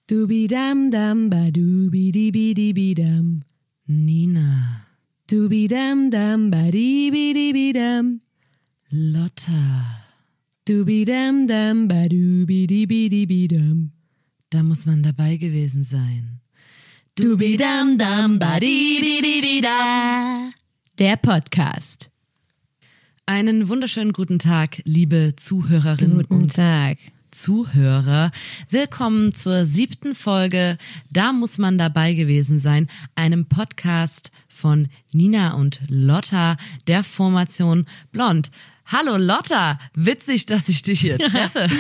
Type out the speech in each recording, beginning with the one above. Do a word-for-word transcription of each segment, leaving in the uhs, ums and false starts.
Dubidam dam ba dubidibidibidam. Nina. Dubidam dam ba dibidibidam. Lotta. Dubidam dam ba dubidibidibidam. Da muss man dabei gewesen sein. Dubidam dam ba dibidibidam. Der Podcast. Einen wunderschönen guten Tag, liebe Zuhörerinnen Guten und Tag. Zuhörer. Willkommen zur siebten Folge Da muss man dabei gewesen sein, einem Podcast von Nina und Lotta der Formation Blond. Hallo Lotta, witzig, dass ich dich hier treffe.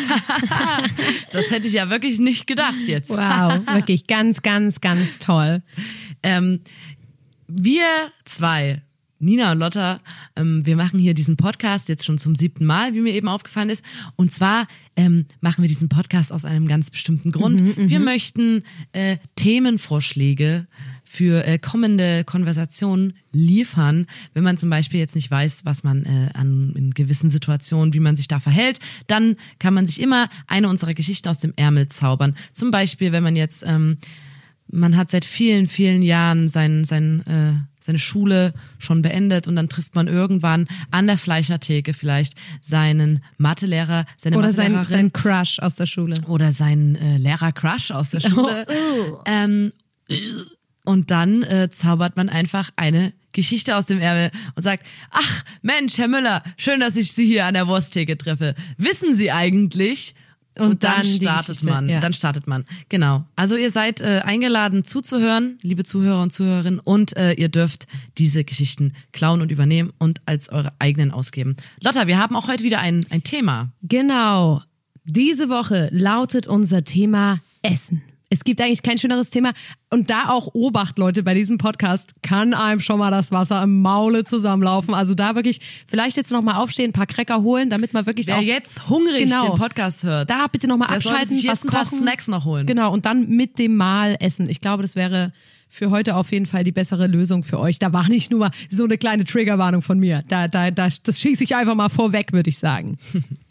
Das hätte ich ja wirklich nicht gedacht jetzt. Wow, wirklich ganz, ganz, ganz toll. Ähm, wir zwei, Nina und Lotta, ähm, wir machen hier diesen Podcast jetzt schon zum siebten Mal, wie mir eben aufgefallen ist. Und zwar ähm, machen wir diesen Podcast aus einem ganz bestimmten Grund. Mhm, wir möchten äh, Themenvorschläge für äh, kommende Konversationen liefern, wenn man zum Beispiel jetzt nicht weiß, was man äh, an in gewissen Situationen, wie man sich da verhält, dann kann man sich immer eine unserer Geschichten aus dem Ärmel zaubern. Zum Beispiel, wenn man jetzt ähm, man hat seit vielen, vielen Jahren sein, sein, äh, seine Schule schon beendet und dann trifft man irgendwann an der Fleischertheke vielleicht seinen Mathelehrer, seine Oder Mathelehrerin. sein, sein Crush aus der Schule. Oder seinen äh, Lehrer-Crush aus der Schule. Oh. Ähm, und dann äh, zaubert man einfach eine Geschichte aus dem Ärmel und sagt, ach Mensch, Herr Müller, schön, dass ich Sie hier an der Wursttheke treffe. Wissen Sie eigentlich... Und, und dann, dann startet man, ja. dann startet man. Genau. Also ihr seid äh, eingeladen zuzuhören, liebe Zuhörer und Zuhörerinnen, und äh, ihr dürft diese Geschichten klauen und übernehmen und als eure eigenen ausgeben. Lotta, wir haben auch heute wieder ein, ein Thema. Genau. Diese Woche lautet unser Thema Essen. Es gibt eigentlich kein schöneres Thema. Und da auch Obacht, Leute, bei diesem Podcast kann einem schon mal das Wasser im Maule zusammenlaufen. Also da wirklich vielleicht jetzt nochmal aufstehen, ein paar Cracker holen, damit man wirklich Wer auch... Wer jetzt hungrig genau, den Podcast hört, da bitte nochmal abschalten, sich was jetzt ein kochen. paar Snacks noch holen. Genau, und dann mit dem Mahl essen. Ich glaube, das wäre für heute auf jeden Fall die bessere Lösung für euch. Da war nicht nur so eine kleine Triggerwarnung von mir. Da, da, da, das schieße ich einfach mal vorweg, würde ich sagen.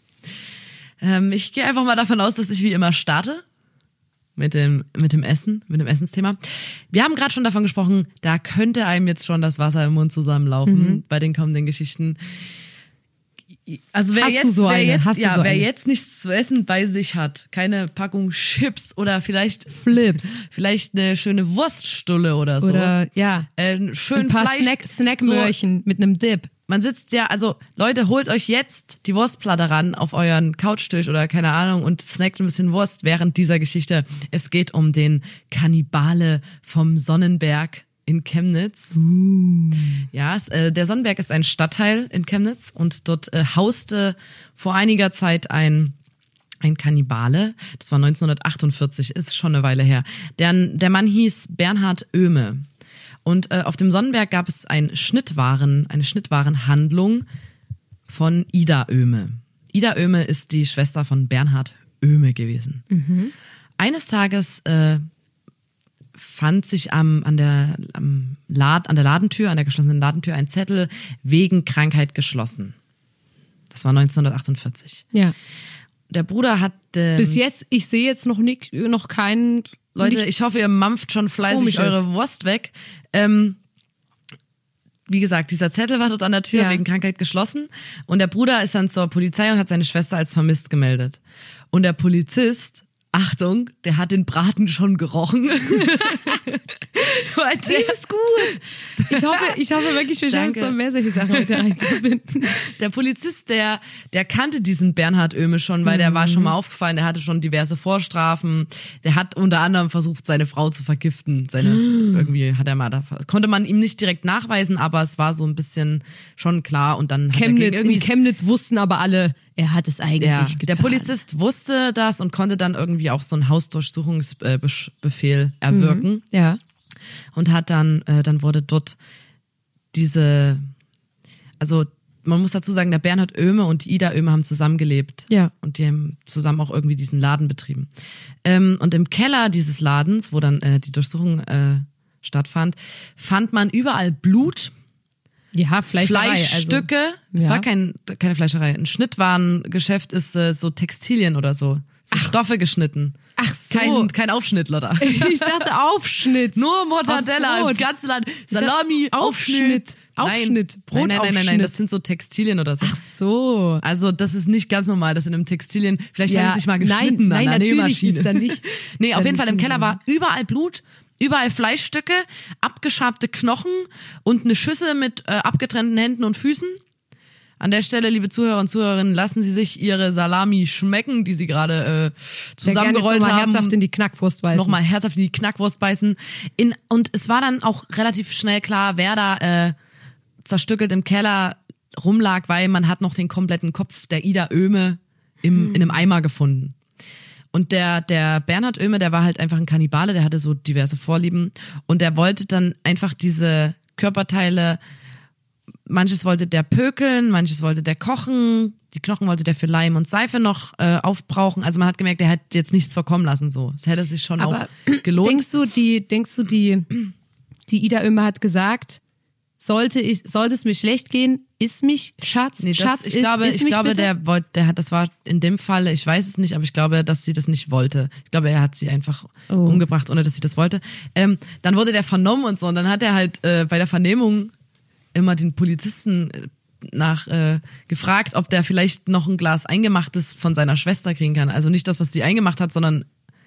ähm, ich gehe einfach mal davon aus, dass ich wie immer starte. Mit dem, mit dem Essen, mit dem Essensthema. Wir haben gerade schon davon gesprochen, da könnte einem jetzt schon das Wasser im Mund zusammenlaufen mhm. bei den kommenden Geschichten. Also wer Hast jetzt, du so wer eine? jetzt, Hast ja, du so wer eine? jetzt nichts zu essen bei sich hat, keine Packung Chips oder vielleicht Flips, vielleicht eine schöne Wurststulle oder so. Oder ja, äh, schön ein paar Fleisch, Snack, Snackmöhrchen so, mit einem Dip. Man sitzt ja, also Leute, holt euch jetzt die Wurstplatte ran auf euren Couchtisch oder keine Ahnung und snackt ein bisschen Wurst während dieser Geschichte. Es geht um den Kannibale vom Sonnenberg in Chemnitz. Uh. Ja, es, äh, der Sonnenberg ist ein Stadtteil in Chemnitz und dort äh, hauste vor einiger Zeit ein ein Kannibale. Das war neunzehnhundertachtundvierzig, ist schon eine Weile her. Der, der Mann hieß Bernhard Oehme. Und äh, auf dem Sonnenberg gab es ein Schnittwaren, eine Schnittwarenhandlung von Ida Oehme. Ida Oehme ist die Schwester von Bernhard Oehme gewesen. Mhm. Eines Tages äh, fand sich am, an, der, am Lad, an der Ladentür, an der geschlossenen Ladentür ein Zettel wegen Krankheit geschlossen. Das war neunzehnhundertachtundvierzig. Ja. Der Bruder hat... Ähm, Bis jetzt, ich sehe jetzt noch nicht, noch keinen... Leute, ich hoffe, ihr mampft schon fleißig Komisches. eure Wurst weg. Ähm, wie gesagt, dieser Zettel war dort an der Tür Ja. wegen Krankheit geschlossen. Und der Bruder ist dann zur Polizei und hat seine Schwester als vermisst gemeldet. Und der Polizist, Achtung, der hat den Braten schon gerochen. Weil der ist gut. Ich hoffe, ich hoffe wirklich, wir schaffen es Danke. noch mehr solche Sachen heute einzubinden. Der Polizist, der, der kannte diesen Bernhard Oehme schon, weil der war schon mal aufgefallen, der hatte schon diverse Vorstrafen. Der hat unter anderem versucht, seine Frau zu vergiften. Seine, irgendwie hat er mal, da, konnte man ihm nicht direkt nachweisen, aber es war so ein bisschen schon klar und dann hat Chemnitz, er gegen in irgendwie Chemnitz wussten aber alle, er hat es eigentlich Ja, getan. der Polizist wusste das und konnte dann irgendwie auch so einen Hausdurchsuchungsbefehl erwirken. Ja. Und hat dann, äh, dann wurde dort diese, also man muss dazu sagen, der Bernhard Oehme und die Ida Oehme haben zusammengelebt. Ja. Und die haben zusammen auch irgendwie diesen Laden betrieben. Ähm, und im Keller dieses Ladens, wo dann äh, die Durchsuchung äh, stattfand, fand man überall Blut, Ja, Fleischerei. Fleischstücke. Also, es ja. war kein, keine Fleischerei. Ein Schnittwarengeschäft ist äh, so Textilien oder so. so Stoffe geschnitten. Ach so. Kein, kein Aufschnitt, Lotta. Ich dachte Aufschnitt. Nur Mortadella, Aufs das Brot. ganze Land. Salami, Aufschnitt. Aufschnitt. Brot, nein, nein, nein, nein, nein, Aufschnitt. das sind so Textilien oder so. Ach so. Also das ist nicht ganz normal, das sind im Textilien. Vielleicht Ja, haben sie sich mal nein, geschnitten nein, an der natürlich Nähmaschine. ist da nicht- nee, auf dann jeden Fall ist im nicht Keller so. war überall Blut, überall Fleischstücke, abgeschabte Knochen und eine Schüssel mit äh, abgetrennten Händen und Füßen. An der Stelle, liebe Zuhörer und Zuhörerinnen, lassen Sie sich Ihre Salami schmecken, die Sie gerade äh, zusammengerollt noch mal haben. herzhaft in die Knackwurst beißen. Nochmal herzhaft in die Knackwurst beißen. In, und es war dann auch relativ schnell klar, wer da äh, zerstückelt im Keller rumlag, weil man hat noch den kompletten Kopf der Ida Oehme im, Hm. in einem Eimer gefunden. Und der, der Bernhard Oehme, der war halt einfach ein Kannibale, der hatte so diverse Vorlieben. Und der wollte dann einfach diese Körperteile, manches wollte der pökeln, manches wollte der kochen, die Knochen wollte der für Leim und Seife noch äh, aufbrauchen. Also man hat gemerkt, der hat jetzt nichts verkommen lassen so. Es hätte sich schon Aber auch gelohnt. Denkst du, die, denkst du, die, die Ida Oehme hat gesagt, sollte ich, sollte es mir schlecht gehen, iss mich, Schatz, Nee, Schatz, das, ich iss, glaube, iss ich mich glaube, bitte? der wollte, der hat, das war in dem Falle, ich weiß es nicht, aber ich glaube, dass sie das nicht wollte. Ich glaube, er hat sie einfach Oh. umgebracht, ohne dass sie das wollte. Ähm, dann wurde der vernommen und so, und dann hat er halt äh, bei der Vernehmung immer den Polizisten äh, nach äh, gefragt, ob der vielleicht noch ein Glas Eingemachtes von seiner Schwester kriegen kann. Also nicht das, was sie eingemacht hat, sondern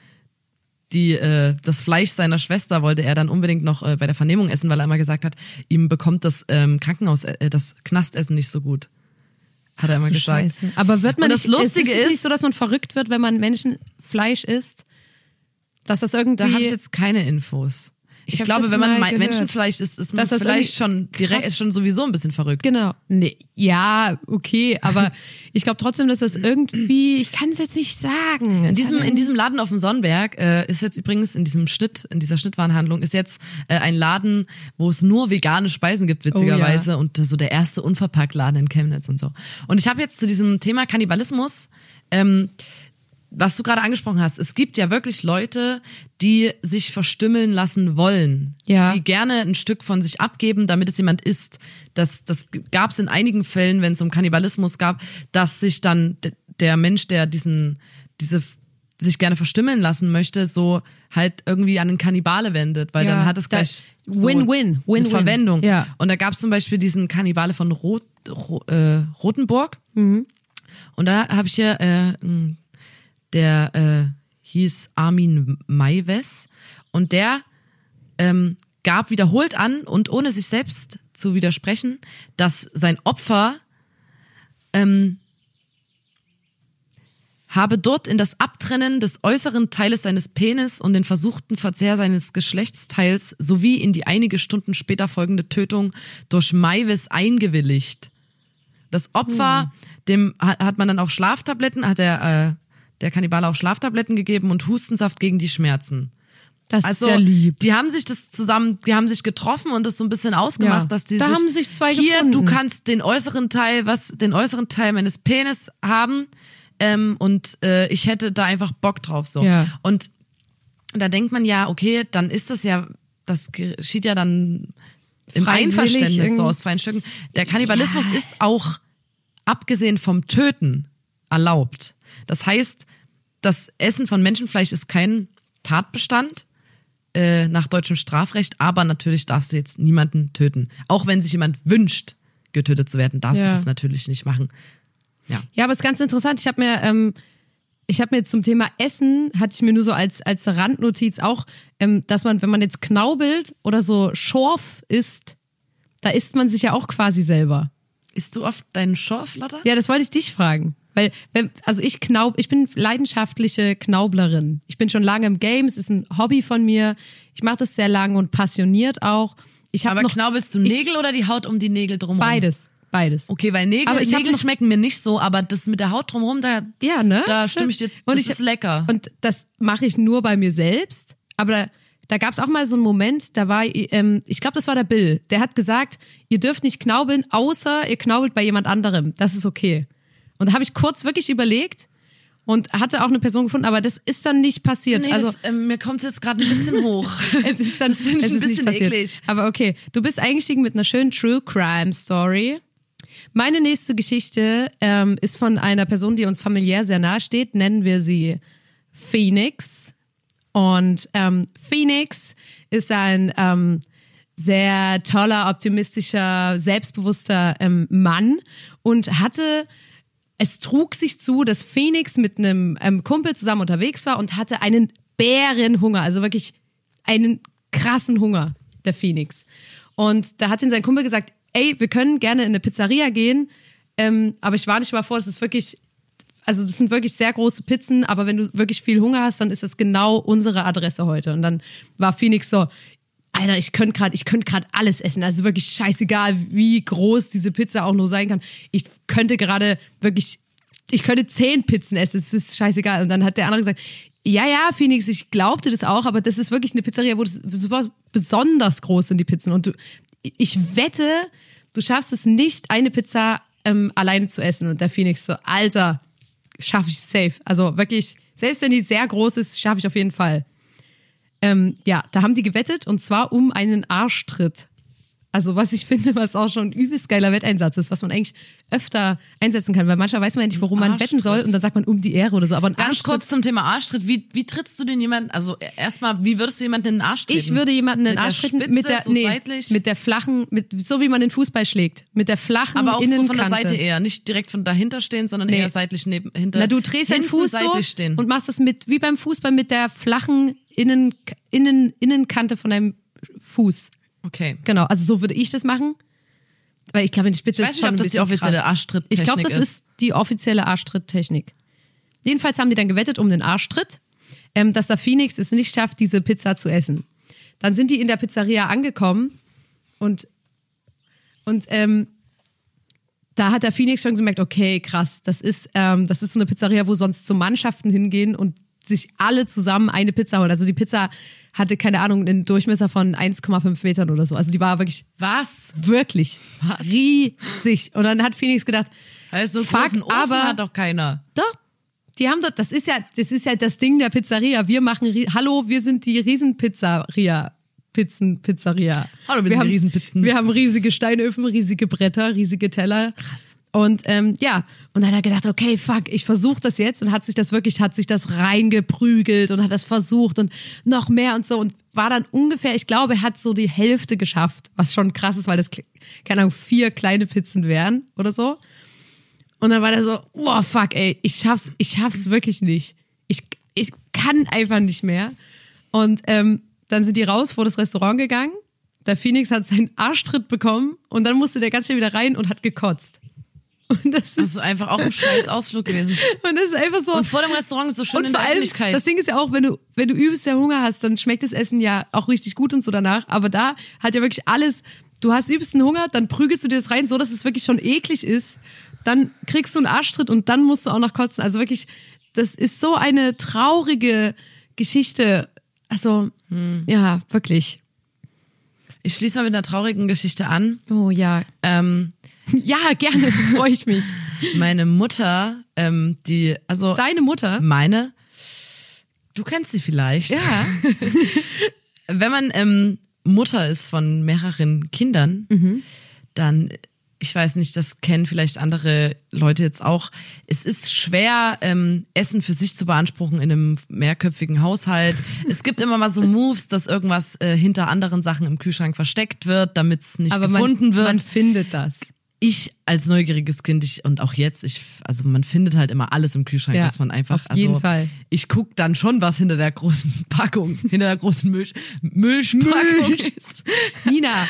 die äh, das Fleisch seiner Schwester wollte er dann unbedingt noch äh, bei der Vernehmung essen, weil er immer gesagt hat, ihm bekommt das ähm, Krankenhaus, äh, das Knastessen nicht so gut. Hat er immer Du gesagt. Scheiße. Aber wird man Und das nicht, Lustige ist, es ist- nicht so, dass man verrückt wird, wenn man Menschenfleisch isst? Dass das irgendwie... Da habe ich jetzt keine Infos. Ich, Ich hab glaube, das wenn man mal Me- gehört. Menschenfleisch isst, ist man Dass das vielleicht irgendwie schon direkt krass- ist schon sowieso ein bisschen verrückt. Genau. Nee, ja, okay, aber ich glaube trotzdem, dass das irgendwie, ich kann es jetzt nicht sagen. In diesem, in diesem Laden auf dem Sonnenberg äh, ist jetzt übrigens in diesem Schnitt, in dieser Schnittwarenhandlung ist jetzt äh, ein Laden, wo es nur vegane Speisen gibt, witzigerweise, Oh ja. und äh, so der erste Unverpacktladen in Chemnitz und so. Und ich habe jetzt zu diesem Thema Kannibalismus, ähm, was du gerade angesprochen hast, es gibt ja wirklich Leute, die sich verstümmeln lassen wollen, Ja. die gerne ein Stück von sich abgeben, damit es jemand isst. Das, das gab es in einigen Fällen, wenn es um Kannibalismus gab, dass sich dann d- der Mensch, der diesen, diese sich gerne verstümmeln lassen möchte, so halt irgendwie an den Kannibale wendet, weil Ja, dann hat es da- gleich so Win-win, eine Win-win. Verwendung. Ja. Und da gab es zum Beispiel diesen Kannibale von Rot, Ro, äh, Rotenburg. Und da habe ich hier äh, m, der äh, hieß Armin Maives und der ähm, gab wiederholt an und ohne sich selbst zu widersprechen, dass sein Opfer ähm, habe dort in das Abtrennen des äußeren Teiles seines Penis und den versuchten Verzehr seines Geschlechtsteils sowie in die einige Stunden später folgende Tötung durch Maives eingewilligt. Das Opfer, dem hat hat man dann auch Schlaftabletten, hat der, äh, der Kannibale auch Schlaftabletten gegeben und Hustensaft gegen die Schmerzen. Das Also, ist ja lieb. die haben sich das zusammen, die haben sich getroffen und das so ein bisschen ausgemacht, Ja, dass die da sich, haben sich zwei hier, gefunden. du kannst den äußeren Teil, was, den äußeren Teil meines Penis haben, ähm, und äh, ich hätte da einfach Bock drauf, so. Ja. Und da denkt man ja, okay, dann ist das ja, das geschieht ja dann im Freiwillig Einverständnis so irgendwie. aus freien Stücken. Der Kannibalismus ist auch, abgesehen vom Töten, erlaubt. Das heißt, das Essen von Menschenfleisch ist kein Tatbestand äh, nach deutschem Strafrecht, aber natürlich darfst du jetzt niemanden töten. Auch wenn sich jemand wünscht, getötet zu werden, darfst Ja. du das natürlich nicht machen. Ja. Ja, aber es ist ganz interessant. Ich habe mir, ähm, ich habe mir zum Thema Essen, hatte ich mir nur so als, als Randnotiz auch, ähm, dass man, wenn man jetzt knaubelt oder so Schorf isst, da isst man sich ja auch quasi selber. Isst du oft deinen Schorf, Lotta? Ja, das wollte ich dich fragen. Weil, wenn, also ich knaub, ich bin leidenschaftliche Knaublerin. Ich bin schon lange im Game, es ist ein Hobby von mir. Ich mache das sehr lange und passioniert auch. Ich habe Aber noch knaubelst du ich- Nägel oder die Haut um die Nägel drumherum? beides, beides. Okay, weil Nägel, Aber ich hab Nägel noch- schmecken mir nicht so, aber das mit der Haut drumherum, da, Ja, ne? da stimme ich dir, Und das ich- ist lecker. Und das mache ich nur bei mir selbst. Aber da, da gab es auch mal so einen Moment, da war, ähm, ich glaube, das war der Bill, der hat gesagt, ihr dürft nicht knaubeln, außer ihr knaubelt bei jemand anderem. Das ist okay. Und da habe ich kurz wirklich überlegt und hatte auch eine Person gefunden, aber das ist dann nicht passiert. Nee, also das, ähm, mir kommt jetzt gerade ein bisschen hoch. es ist dann finde ich es ein ist nicht bisschen passiert. eklig. Aber okay, du bist eingestiegen mit einer schönen True Crime Story. Meine nächste Geschichte ähm, ist von einer Person, die uns familiär sehr nahe steht. Nennen wir sie Phoenix. Und ähm, Phoenix ist ein ähm, sehr toller, optimistischer, selbstbewusster ähm, Mann und hatte, es trug sich zu, dass Phoenix mit einem ähm, Kumpel zusammen unterwegs war und hatte einen Bärenhunger, also wirklich einen krassen Hunger, der Phoenix. Und da hat ihn sein Kumpel gesagt, ey, wir können gerne in eine Pizzeria gehen, ähm, aber ich warne dich mal vor, das ist wirklich, also das sind wirklich sehr große Pizzen, aber wenn du wirklich viel Hunger hast, dann ist das genau unsere Adresse heute. Und dann war Phoenix so, Alter, ich könnte gerade, ich könnte gerade alles essen, also wirklich scheißegal, wie groß diese Pizza auch nur sein kann. Ich könnte gerade wirklich, ich könnte zehn Pizzen essen, es ist scheißegal. Und dann hat der andere gesagt, ja, ja, Phoenix, ich glaubte das auch, aber das ist wirklich eine Pizzeria, wo das super besonders groß sind, die Pizzen. Und du, ich wette, du schaffst es nicht, eine Pizza ähm, alleine zu essen. Und der Phoenix so, Alter, schaffe ich safe. Also wirklich, selbst wenn die sehr groß ist, schaffe ich auf jeden Fall. Ähm, ja, da haben die gewettet und zwar um einen Arschtritt. Also was ich finde, was auch schon ein übelst geiler Wetteinsatz ist, was man eigentlich öfter einsetzen kann, weil manchmal weiß man ja nicht, worum man wetten soll und dann sagt man um die Ehre oder so. Aber ein Ganz Arschtritt, kurz zum Thema Arschtritt. Wie, wie trittst du denn jemanden, also erstmal, wie würdest du jemanden in den Arsch treten? ich würde jemanden in den Mit der Arsch treten Spitze, mit der, so nee, seitlich? mit der flachen, mit, so wie man den Fußball schlägt, mit der flachen Aber auch Innenkante. so von der Seite eher, nicht direkt von dahinter stehen, sondern Nee. eher seitlich neben, hinter. Na, du drehst deinen hinten Fuß so seitlich stehen. und machst das mit, wie beim Fußball, mit der flachen Innen, Innen, Innenkante von deinem Fuß. Okay. Genau, also so würde ich das machen. Weil ich glaube, in die Spitze Ich weiß ist nicht, schon ob ein das die bisschen offizielle krass. Arschtritttechnik Ich glaube, das ist. ist die offizielle Arschtritttechnik. Jedenfalls haben die dann gewettet um den Arschtritt, ähm, dass der Phoenix es nicht schafft, diese Pizza zu essen. Dann sind die in der Pizzeria angekommen und, und ähm, da hat der Phoenix schon gemerkt, okay, krass, das ist, ähm, das ist so eine Pizzeria, wo sonst so Mannschaften hingehen und sich alle zusammen eine Pizza holen. Also die Pizza hatte, keine Ahnung, einen Durchmesser von eins Komma fünf Metern oder so. Also die war wirklich, Was? wirklich Was? riesig. Und dann hat Phoenix gedacht, Also so fuck, großen Ofen aber hat doch keiner. doch, die haben doch, das ist ja, das ist ja das Ding der Pizzeria. Wir machen, ri- hallo, wir sind die Riesenpizzeria. Pizzen, Pizzeria. Hallo, wir wir sind haben, die Riesenpizzen. Wir haben riesige Steinöfen, riesige Bretter, riesige Teller. Krass. Und ähm, ja, und dann hat er gedacht, okay, fuck, ich versuche das jetzt und hat sich das wirklich, hat sich das reingeprügelt und hat das versucht und noch mehr und so und war dann ungefähr, ich glaube, er hat so die Hälfte geschafft, was schon krass ist, weil das, keine Ahnung, vier kleine Pizzen wären oder so. Und dann war der so, oh fuck, ey, ich schaff's, ich schaff's wirklich nicht. Ich, ich kann einfach nicht mehr. Und ähm, dann sind die raus vor das Restaurant gegangen. Der Phoenix hat seinen Arschtritt bekommen und dann musste der ganz schnell wieder rein und hat gekotzt. Und das ist, Das ist einfach auch ein scheiß Ausflug gewesen. und das ist einfach so. Und vor dem Restaurant ist so schön und in vor der allem, Öffentlichkeit. das Ding ist ja auch, wenn du, wenn du übelst der Hunger hast, dann schmeckt das Essen ja auch richtig gut und so danach. Aber da hat ja wirklich alles, du hast übelsten Hunger, dann prügelst du dir das rein, so dass es wirklich schon eklig ist. Dann kriegst du einen Arschtritt und dann musst du auch noch kotzen. Also wirklich, das ist so eine traurige Geschichte. Also, hm. ja, wirklich. Ich schließe mal mit einer traurigen Geschichte an. Oh ja. Ähm, Ja, gerne, freue ich mich. meine Mutter, ähm, die, also Deine Mutter? meine, du kennst sie vielleicht. Ja. Wenn man ähm, Mutter ist von mehreren Kindern, Mhm. dann, ich weiß nicht, das kennen vielleicht andere Leute jetzt auch. Es ist schwer, ähm, Essen für sich zu beanspruchen in einem mehrköpfigen Haushalt. Es gibt immer mal so Moves, dass irgendwas äh, hinter anderen Sachen im Kühlschrank versteckt wird, damit es nicht Aber gefunden man, wird. man findet das. Ich als neugieriges Kind, ich, und auch jetzt, ich, also man findet halt immer alles im Kühlschrank, Ja, was man einfach, auf jeden also Fall. ich guck dann schon, was hinter der großen Packung, hinter der großen Milch, Milchpackung ist. Nina.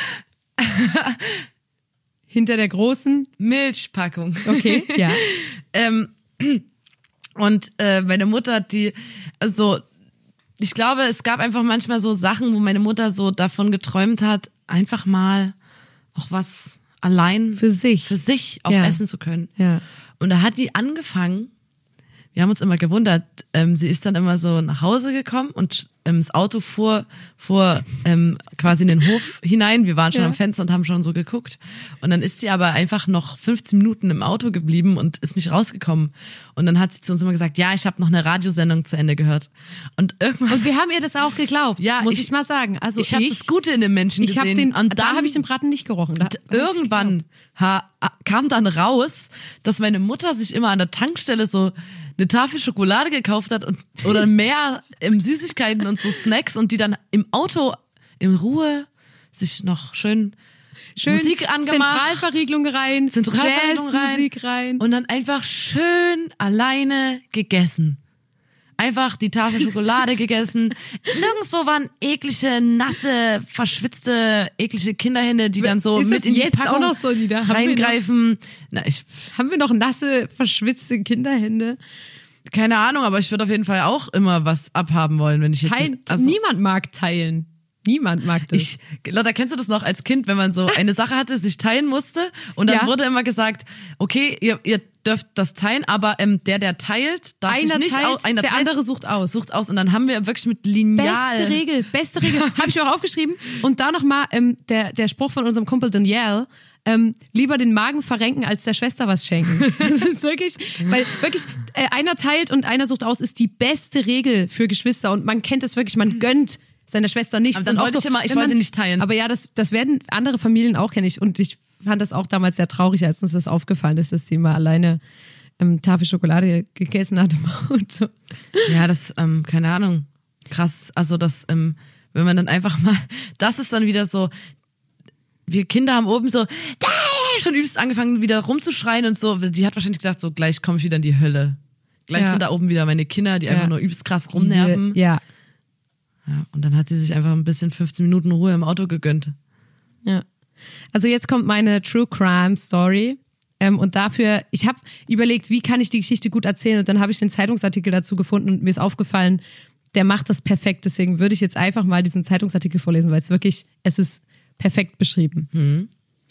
Hinter der großen. Milchpackung. Okay, ja. ähm, und äh, meine Mutter hat die, also ich glaube, es gab einfach manchmal so Sachen, wo meine Mutter so davon geträumt hat, einfach mal auch was allein Für sich. für sich auch Ja. essen zu können. Ja. Und da hat die angefangen wir haben uns immer gewundert, ähm, sie ist dann immer so nach Hause gekommen und ähm, das Auto fuhr, fuhr ähm, quasi in den Hof hinein. Wir waren schon Ja. am Fenster und haben schon so geguckt. Und dann ist sie aber einfach noch fünfzehn Minuten im Auto geblieben und ist nicht rausgekommen. Und dann hat sie zu uns immer gesagt, ja, ich habe noch eine Radiosendung zu Ende gehört. Und irgendwann... Und wir haben ihr das auch geglaubt, Ja, muss ich, ich- mal sagen. Also ich habe das Gute in dem Menschen ich hab gesehen. den, und da dann habe ich den Braten nicht gerochen. Da hab ich irgendwann ha, kam dann raus, dass meine Mutter sich immer an der Tankstelle so eine Tafel Schokolade gekauft hat und oder mehr im Süßigkeiten und so Snacks und die dann im Auto in Ruhe sich noch schön, Schön Musik angemacht, Zentralverriegelung rein, Zentralverriegelung rein, Jazzmusik rein. und dann einfach schön alleine gegessen. Einfach die Tafel Schokolade gegessen. Nirgendwo waren eklige, nasse, verschwitzte, eklige Kinderhände, die dann so Ist mit das in die jetzt Packung auch noch so, Nida? Haben wir reingreifen. Na, ich, Haben wir noch nasse, verschwitzte Kinderhände? keine Ahnung, aber ich würde auf jeden Fall auch immer was abhaben wollen, wenn ich jetzt... Teilen, also, niemand mag teilen. Niemand mag das. ich, Lotta, kennst du das noch als Kind, wenn man so eine Sache hatte, sich teilen musste und dann Ja. wurde immer gesagt, okay, ihr, ihr dürft das teilen, aber ähm, der, der teilt, darf einer sich nicht teilt, aus, einer der teilt, andere sucht aus. sucht aus und dann haben wir wirklich mit Lineal... Beste Regel, beste Regel. Habe ich mir auch aufgeschrieben. Und da nochmal ähm, der, der Spruch von unserem Kumpel Danielle. Ähm, lieber den Magen verrenken, als der Schwester was schenken. Das ist wirklich, weil wirklich äh, einer teilt und einer sucht aus, ist die beste Regel für Geschwister. Und man kennt es wirklich, man gönnt seiner Schwester nichts. Aber dann Und auch wollte ich immer- ich wenn wollte nicht teilen. Aber ja, das, das werden andere Familien auch, kenne ich. Und ich fand das auch damals sehr traurig, als uns das aufgefallen ist, dass sie immer alleine ähm, Tafel Schokolade gegessen hat im Auto. Ja, das, ähm, keine Ahnung, krass. Also das, ähm, wenn man dann einfach mal, das ist dann wieder so, wir Kinder haben oben so, schon übelst angefangen wieder rumzuschreien und so. Die hat wahrscheinlich gedacht, so gleich komme ich wieder in die Hölle. Gleich Ja. sind da oben wieder meine Kinder, die einfach Ja. nur übelst krass rumnerven. Diese, ja, Ja, und dann hat sie sich einfach ein bisschen fünfzehn Minuten Ruhe im Auto gegönnt. ja. Also jetzt kommt meine True Crime Story. Ähm, und dafür, ich habe überlegt, wie kann ich die Geschichte gut erzählen? Und dann habe ich den Zeitungsartikel dazu gefunden und mir ist aufgefallen, der macht das perfekt. Deswegen würde ich jetzt einfach mal diesen Zeitungsartikel vorlesen, weil es wirklich, es ist perfekt beschrieben. Hm.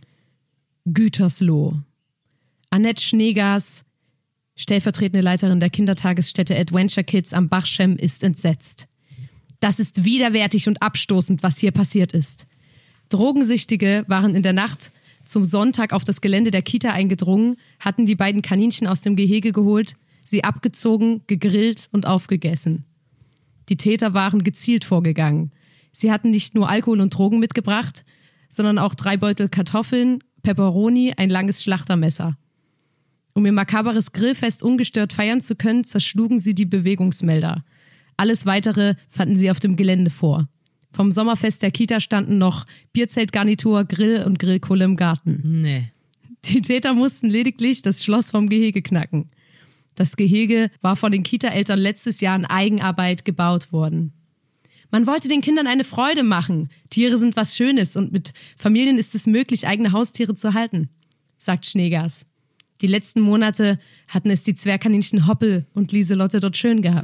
Gütersloh. Annette Schneegers, stellvertretende Leiterin der Kindertagesstätte Adventure Kids am Bachschem, ist entsetzt. Das ist widerwärtig und abstoßend, was hier passiert ist. Drogensüchtige waren in der Nacht zum Sonntag auf das Gelände der Kita eingedrungen, hatten die beiden Kaninchen aus dem Gehege geholt, sie abgezogen, gegrillt und aufgegessen. Die Täter waren gezielt vorgegangen. Sie hatten nicht nur Alkohol und Drogen mitgebracht, sondern auch drei Beutel Kartoffeln, Pepperoni, ein langes Schlachtermesser. Um ihr makaberes Grillfest ungestört feiern zu können, zerschlugen sie die Bewegungsmelder. Alles Weitere fanden sie auf dem Gelände vor. Vom Sommerfest der Kita standen noch Bierzeltgarnitur, Grill und Grillkohle im Garten. Nee. Die Täter mussten lediglich das Schloss vom Gehege knacken. Das Gehege war von den Kita-Eltern letztes Jahr in Eigenarbeit gebaut worden. Man wollte den Kindern eine Freude machen. Tiere sind was Schönes und mit Familien ist es möglich, eigene Haustiere zu halten, sagt Schneegers. Die letzten Monate hatten es die Zwergkaninchen Hoppel und Lieselotte dort schön gehabt.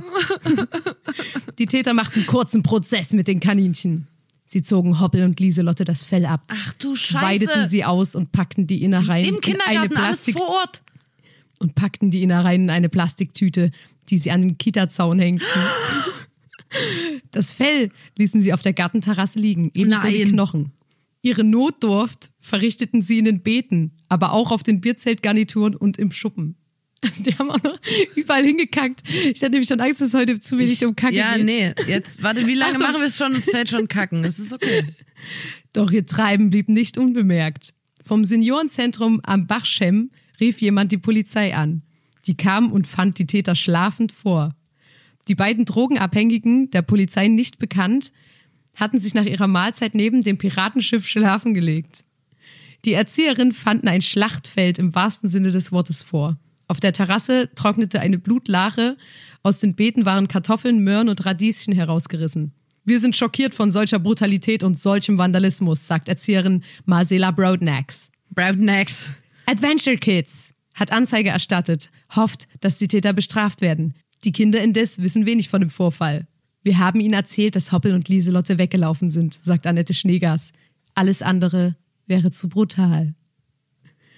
Die Täter machten kurzen Prozess mit den Kaninchen. Sie zogen Hoppel und Lieselotte das Fell ab, Ach du Scheiße. weideten sie aus und packten die Innereien Im in eine Kindergarten alles Plastik vor Ort. und packten die Innereien in eine Plastiktüte, die sie an den Kita-Zaun hängten. Das Fell ließen sie auf der Gartenterrasse liegen, ebenso die Nein. Knochen. Ihre Notdurft verrichteten sie in den Beeten, aber auch auf den Bierzeltgarnituren und im Schuppen. Also die haben auch noch überall hingekackt. Ich hatte nämlich schon Angst, dass es heute zu wenig um Kacke Ja, geht. nee, jetzt, warte, wie lange Achtung. machen wir es schon? Es fällt schon kacken. Es ist okay. Doch ihr Treiben blieb nicht unbemerkt. Vom Seniorenzentrum am Bachschem rief jemand die Polizei an. Die kam und fand die Täter schlafend vor. Die beiden Drogenabhängigen, der Polizei nicht bekannt, hatten sich nach ihrer Mahlzeit neben dem Piratenschiff schlafen gelegt. Die Erzieherinnen fanden ein Schlachtfeld im wahrsten Sinne des Wortes vor. Auf der Terrasse trocknete eine Blutlache, aus den Beeten waren Kartoffeln, Möhren und Radieschen herausgerissen. Wir sind schockiert von solcher Brutalität und solchem Vandalismus, sagt Erzieherin Marcela Broadnax. Broadnax. Adventure Kids hat Anzeige erstattet, hofft, dass die Täter bestraft werden. Die Kinder indes wissen wenig von dem Vorfall. Wir haben ihnen erzählt, dass Hoppel und Lieselotte weggelaufen sind, sagt Annette Schneegers. Alles andere wäre zu brutal.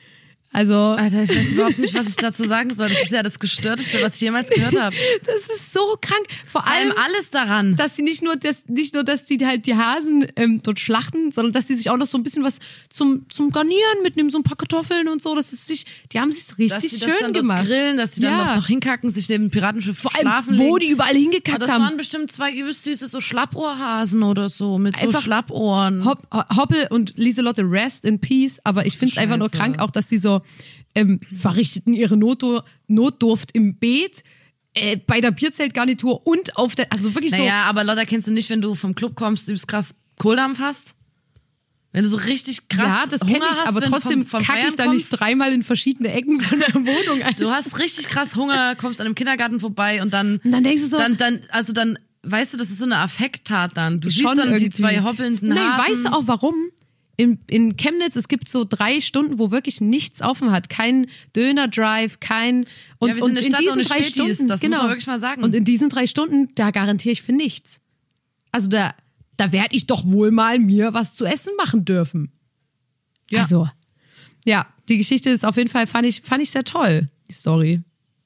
Also, Alter, ich weiß überhaupt nicht, was ich dazu sagen soll. Das ist ja das Gestörteste, was ich jemals gehört habe. das ist so krank. Vor, Vor allem allem, alles daran. dass sie nicht nur, das, nicht nur, dass die halt die Hasen ähm, dort schlachten, sondern dass sie sich auch noch so ein bisschen was zum, zum Garnieren mitnehmen, so ein paar Kartoffeln und so. Das ist sich, die haben sich richtig dass sie schön das dann gemacht. dort grillen, dass sie dann Ja. dort noch hinkacken, sich neben dem Piratenschiff Vor allem, schlafen wo legen. die überall hingekackt Aber das haben. waren bestimmt zwei übelst süße so Schlappohrhasen oder so, mit so Einfach Schlappohren. Hop, Hoppel und Lieselotte, rest in peace. Aber ich finde es einfach nur Scheiße. krank, auch dass sie so ähm, verrichteten ihre Notdur Notdurft im Beet, äh, bei der Bierzeltgarnitur und auf der, also wirklich so. Naja, aber Lotta, kennst du nicht, wenn du vom Club kommst, übelst krass Kohldampf hast? Wenn du so richtig krass Ja, das kenne Hunger ich, hast, aber wenn trotzdem du vom, vom kacke ich Feiern da kommst. nicht dreimal in verschiedene Ecken von der Wohnung. Du hast richtig krass Hunger, kommst an einem Kindergarten vorbei und dann, Und dann denkst du so, dann, dann, also dann, weißt du, das ist so eine Affekttat dann. Du siehst schon dann die irgendwie. zwei hoppelnden Nein, Hasen. weißt du auch warum? In, in Chemnitz, es gibt so drei Stunden, wo wirklich nichts offen hat. Kein Döner-Drive, kein... Und, Ja, wir sind und eine in Stadt diesen ohne drei Spätis, Stunden, das muss genau. man wirklich mal sagen. Und in diesen drei Stunden, da garantiere ich für nichts. Also da, da werde ich doch wohl mal mir was zu essen machen dürfen. Ja. Also, ja, die Geschichte ist auf jeden Fall, fand ich, fand ich sehr toll, die Story.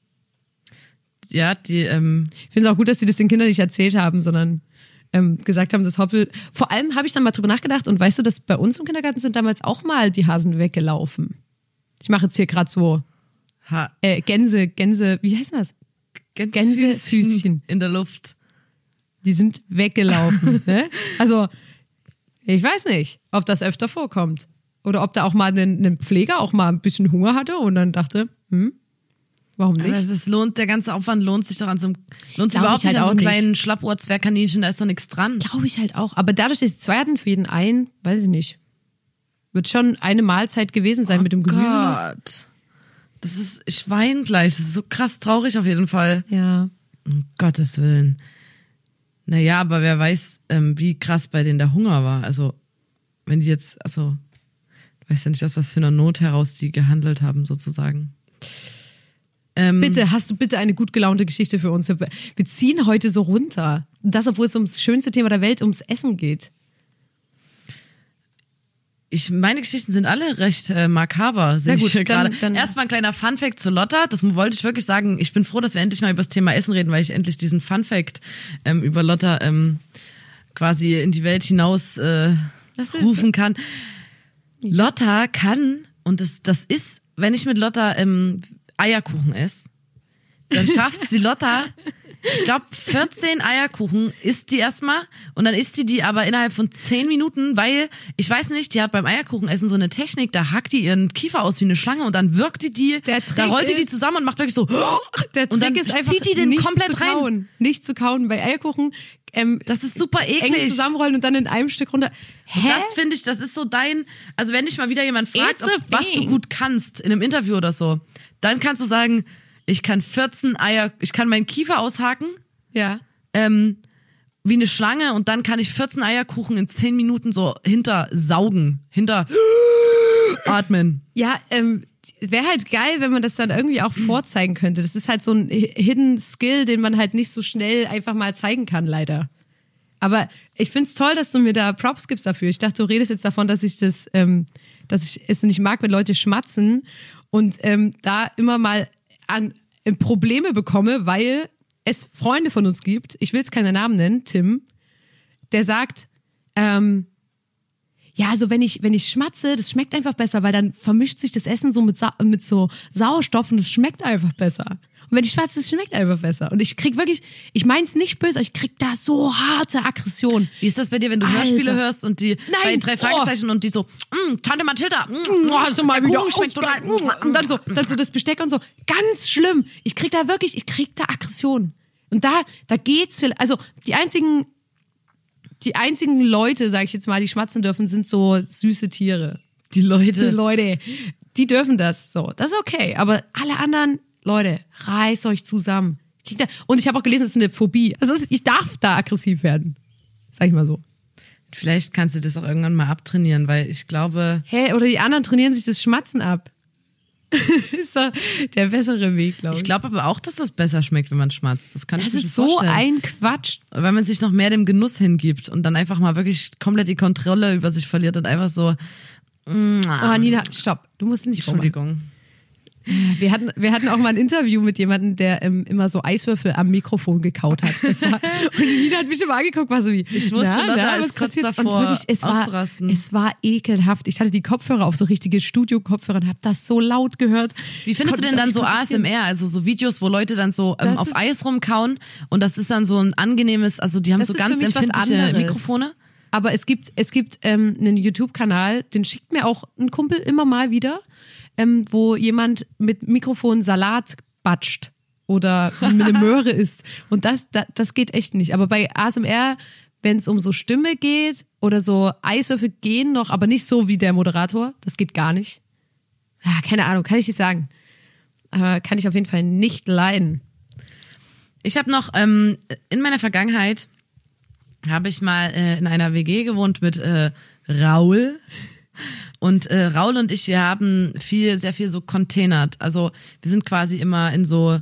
Ja, die, ähm, Ich finde es auch gut, dass sie das den Kindern nicht erzählt haben, sondern ähm, gesagt haben, das Hoppel. Vor allem habe ich dann mal drüber nachgedacht und weißt du, dass bei uns im Kindergarten sind damals auch mal die Hasen weggelaufen. Ich mache jetzt hier gerade so ha, äh, Gänse, Gänse, wie heißt das? Gänsefüßchen. in der Luft. Die sind weggelaufen. ne? Also, ich weiß nicht, ob das öfter vorkommt. Oder ob da auch mal ein, ein Pfleger auch mal ein bisschen Hunger hatte und dann dachte, hm, warum nicht? Aber das lohnt, der ganze Aufwand lohnt sich doch an so einem, lohnt sich Glaub überhaupt ich halt nicht an so auch einem nicht. kleinen Schlappohr-Zwergkaninchen, da ist doch nichts dran. Glaube ich halt auch. Aber dadurch, dass sie zwei hatten für jeden einen, weiß ich nicht. Wird schon eine Mahlzeit gewesen sein mit dem Gemüse noch. Gott. Das ist, ich weine gleich, das ist so krass traurig auf jeden Fall. Ja. Um Gottes Willen. Naja, aber wer weiß, ähm, wie krass bei denen der Hunger war. Also, wenn die jetzt, also, ich weiß ja nicht, aus was für einer Not heraus die gehandelt haben, sozusagen. Ähm, Bitte, hast du bitte eine gut gelaunte Geschichte für uns? Wir ziehen heute so runter. Und das, obwohl es ums schönste Thema der Welt, ums Essen geht. Ich, meine Geschichten sind alle recht äh, makaber, sehe Na gut, ich hier dann- gerade. dann- Erstmal ein kleiner Funfact zu Lotta. Das wollte ich wirklich sagen. Ich bin froh, dass wir endlich mal über das Thema Essen reden, weil ich endlich diesen Funfact ähm, über Lotta ähm, quasi in die Welt hinaus äh, Das ist- rufen kann. Lotta kann, und das, das ist, wenn ich mit Lotta ähm, Eierkuchen esse, dann schafft sie Lotta, ich glaube, vierzehn Eierkuchen isst die erstmal und dann isst die die aber innerhalb von zehn Minuten, weil, ich weiß nicht, die hat beim Eierkuchenessen so eine Technik, da hackt die ihren Kiefer aus wie eine Schlange und dann wirkt die die, Der Trick da rollt die die ist- zusammen und macht wirklich so, Der Trick und dann ist einfach, zieht die den nicht komplett zu rein. kauen. Nicht zu kauen. Bei Eierkuchen ähm, Das ist super eng eklig. zusammenrollen und dann in einem Stück runter. Hä? Das finde ich, das ist so dein, also wenn dich mal wieder jemand fragt, It's a ob, was du thing. gut kannst in einem Interview oder so, dann kannst du sagen, ich kann vierzehn Eier, ich kann meinen Kiefer aushaken, Ja. ähm, wie eine Schlange und dann kann ich vierzehn Eierkuchen in zehn Minuten so hinter saugen, hinter atmen. Ja, ähm, wäre halt geil, wenn man das dann irgendwie auch vorzeigen könnte. Das ist halt so ein Hidden Skill, den man halt nicht so schnell einfach mal zeigen kann, leider. Aber ich find's toll, dass du mir da Props gibst dafür. Ich dachte, du redest jetzt davon, dass ich das, ähm, dass ich es nicht mag, wenn Leute schmatzen und ähm, da immer mal an äh, Probleme bekomme, weil es Freunde von uns gibt. Ich will jetzt keine Namen nennen, Tim, der sagt, ähm, ja, also wenn ich, wenn ich schmatze, das schmeckt einfach besser, weil dann vermischt sich das Essen so mit, Sa mit so Sauerstoff und es schmeckt einfach besser. Und wenn ich schmatze, es schmeckt einfach besser. Und ich krieg wirklich, ich mein's nicht böse, aber ich krieg da so harte Aggression. Wie ist das bei dir, wenn du Alter. Hörspiele hörst und die Nein, bei drei oh. Fragezeichen und die so, mm, Tante Mathilda, mm, Oh, hast du mal der wieder Kuchen schmeckt total. aufge- und dann so, dann so das Besteck und so. Ganz schlimm. Ich krieg da wirklich, ich krieg da Aggression. Und da, da geht's für, also die einzigen, die einzigen Leute, sag ich jetzt mal, die schmatzen dürfen, sind so süße Tiere. Die Leute. Die Leute, die dürfen das. So, das ist okay. Aber alle anderen, Leute, reißt euch zusammen. Ich krieg da, und ich habe auch gelesen, es ist eine Phobie. Also ich darf da aggressiv werden. Sag ich mal so. Vielleicht kannst du das auch irgendwann mal abtrainieren, weil ich glaube, Hä, oder die anderen trainieren sich das Schmatzen ab. Ist doch der bessere Weg, glaube ich. ich glaube aber auch, dass das besser schmeckt, wenn man schmatzt. Das kann Das ich mir schon ist so vorstellen. ein Quatsch. Weil man sich noch mehr dem Genuss hingibt und dann einfach mal wirklich komplett die Kontrolle über sich verliert und einfach so Oh, Nina, stopp. Du musst nicht rummachen. Entschuldigung. Wir hatten, wir hatten auch mal ein Interview mit jemandem, der ähm, immer so Eiswürfel am Mikrofon gekaut hat. Das war, und die Nina hat mich immer angeguckt, war so wie, Ich wusste, na, Lotta na, ist was kurz passiert? davor, Und wirklich, es war, auszurasten. es war ekelhaft. Ich hatte die Kopfhörer auf, so richtige Studio-Kopfhörer und habe das so laut gehört. Wie findest du denn dann so A S M R, also so Videos, wo Leute dann so ähm, Das auf ist- Eis rumkauen und das ist dann so ein angenehmes, also die haben Das so ist ganz für mich was empfindliche anderes. Mikrofone? Aber es gibt, es gibt ähm, einen YouTube-Kanal, den schickt mir auch ein Kumpel immer mal wieder, ähm, wo jemand mit Mikrofon Salat batscht oder eine Möhre isst. Und das, das, das geht echt nicht. Aber bei A S M R, wenn es um so Stimme geht oder so Eiswürfel gehen noch, aber nicht so wie der Moderator, das geht gar nicht. Ja, keine Ahnung, kann ich nicht sagen. Aber kann ich auf jeden Fall nicht leiden. Ich habe noch ähm, in meiner Vergangenheit habe ich mal äh, in einer W G gewohnt mit äh, Raul. Und äh, Raul und ich, wir haben viel, sehr viel so containert. Also wir sind quasi immer in so,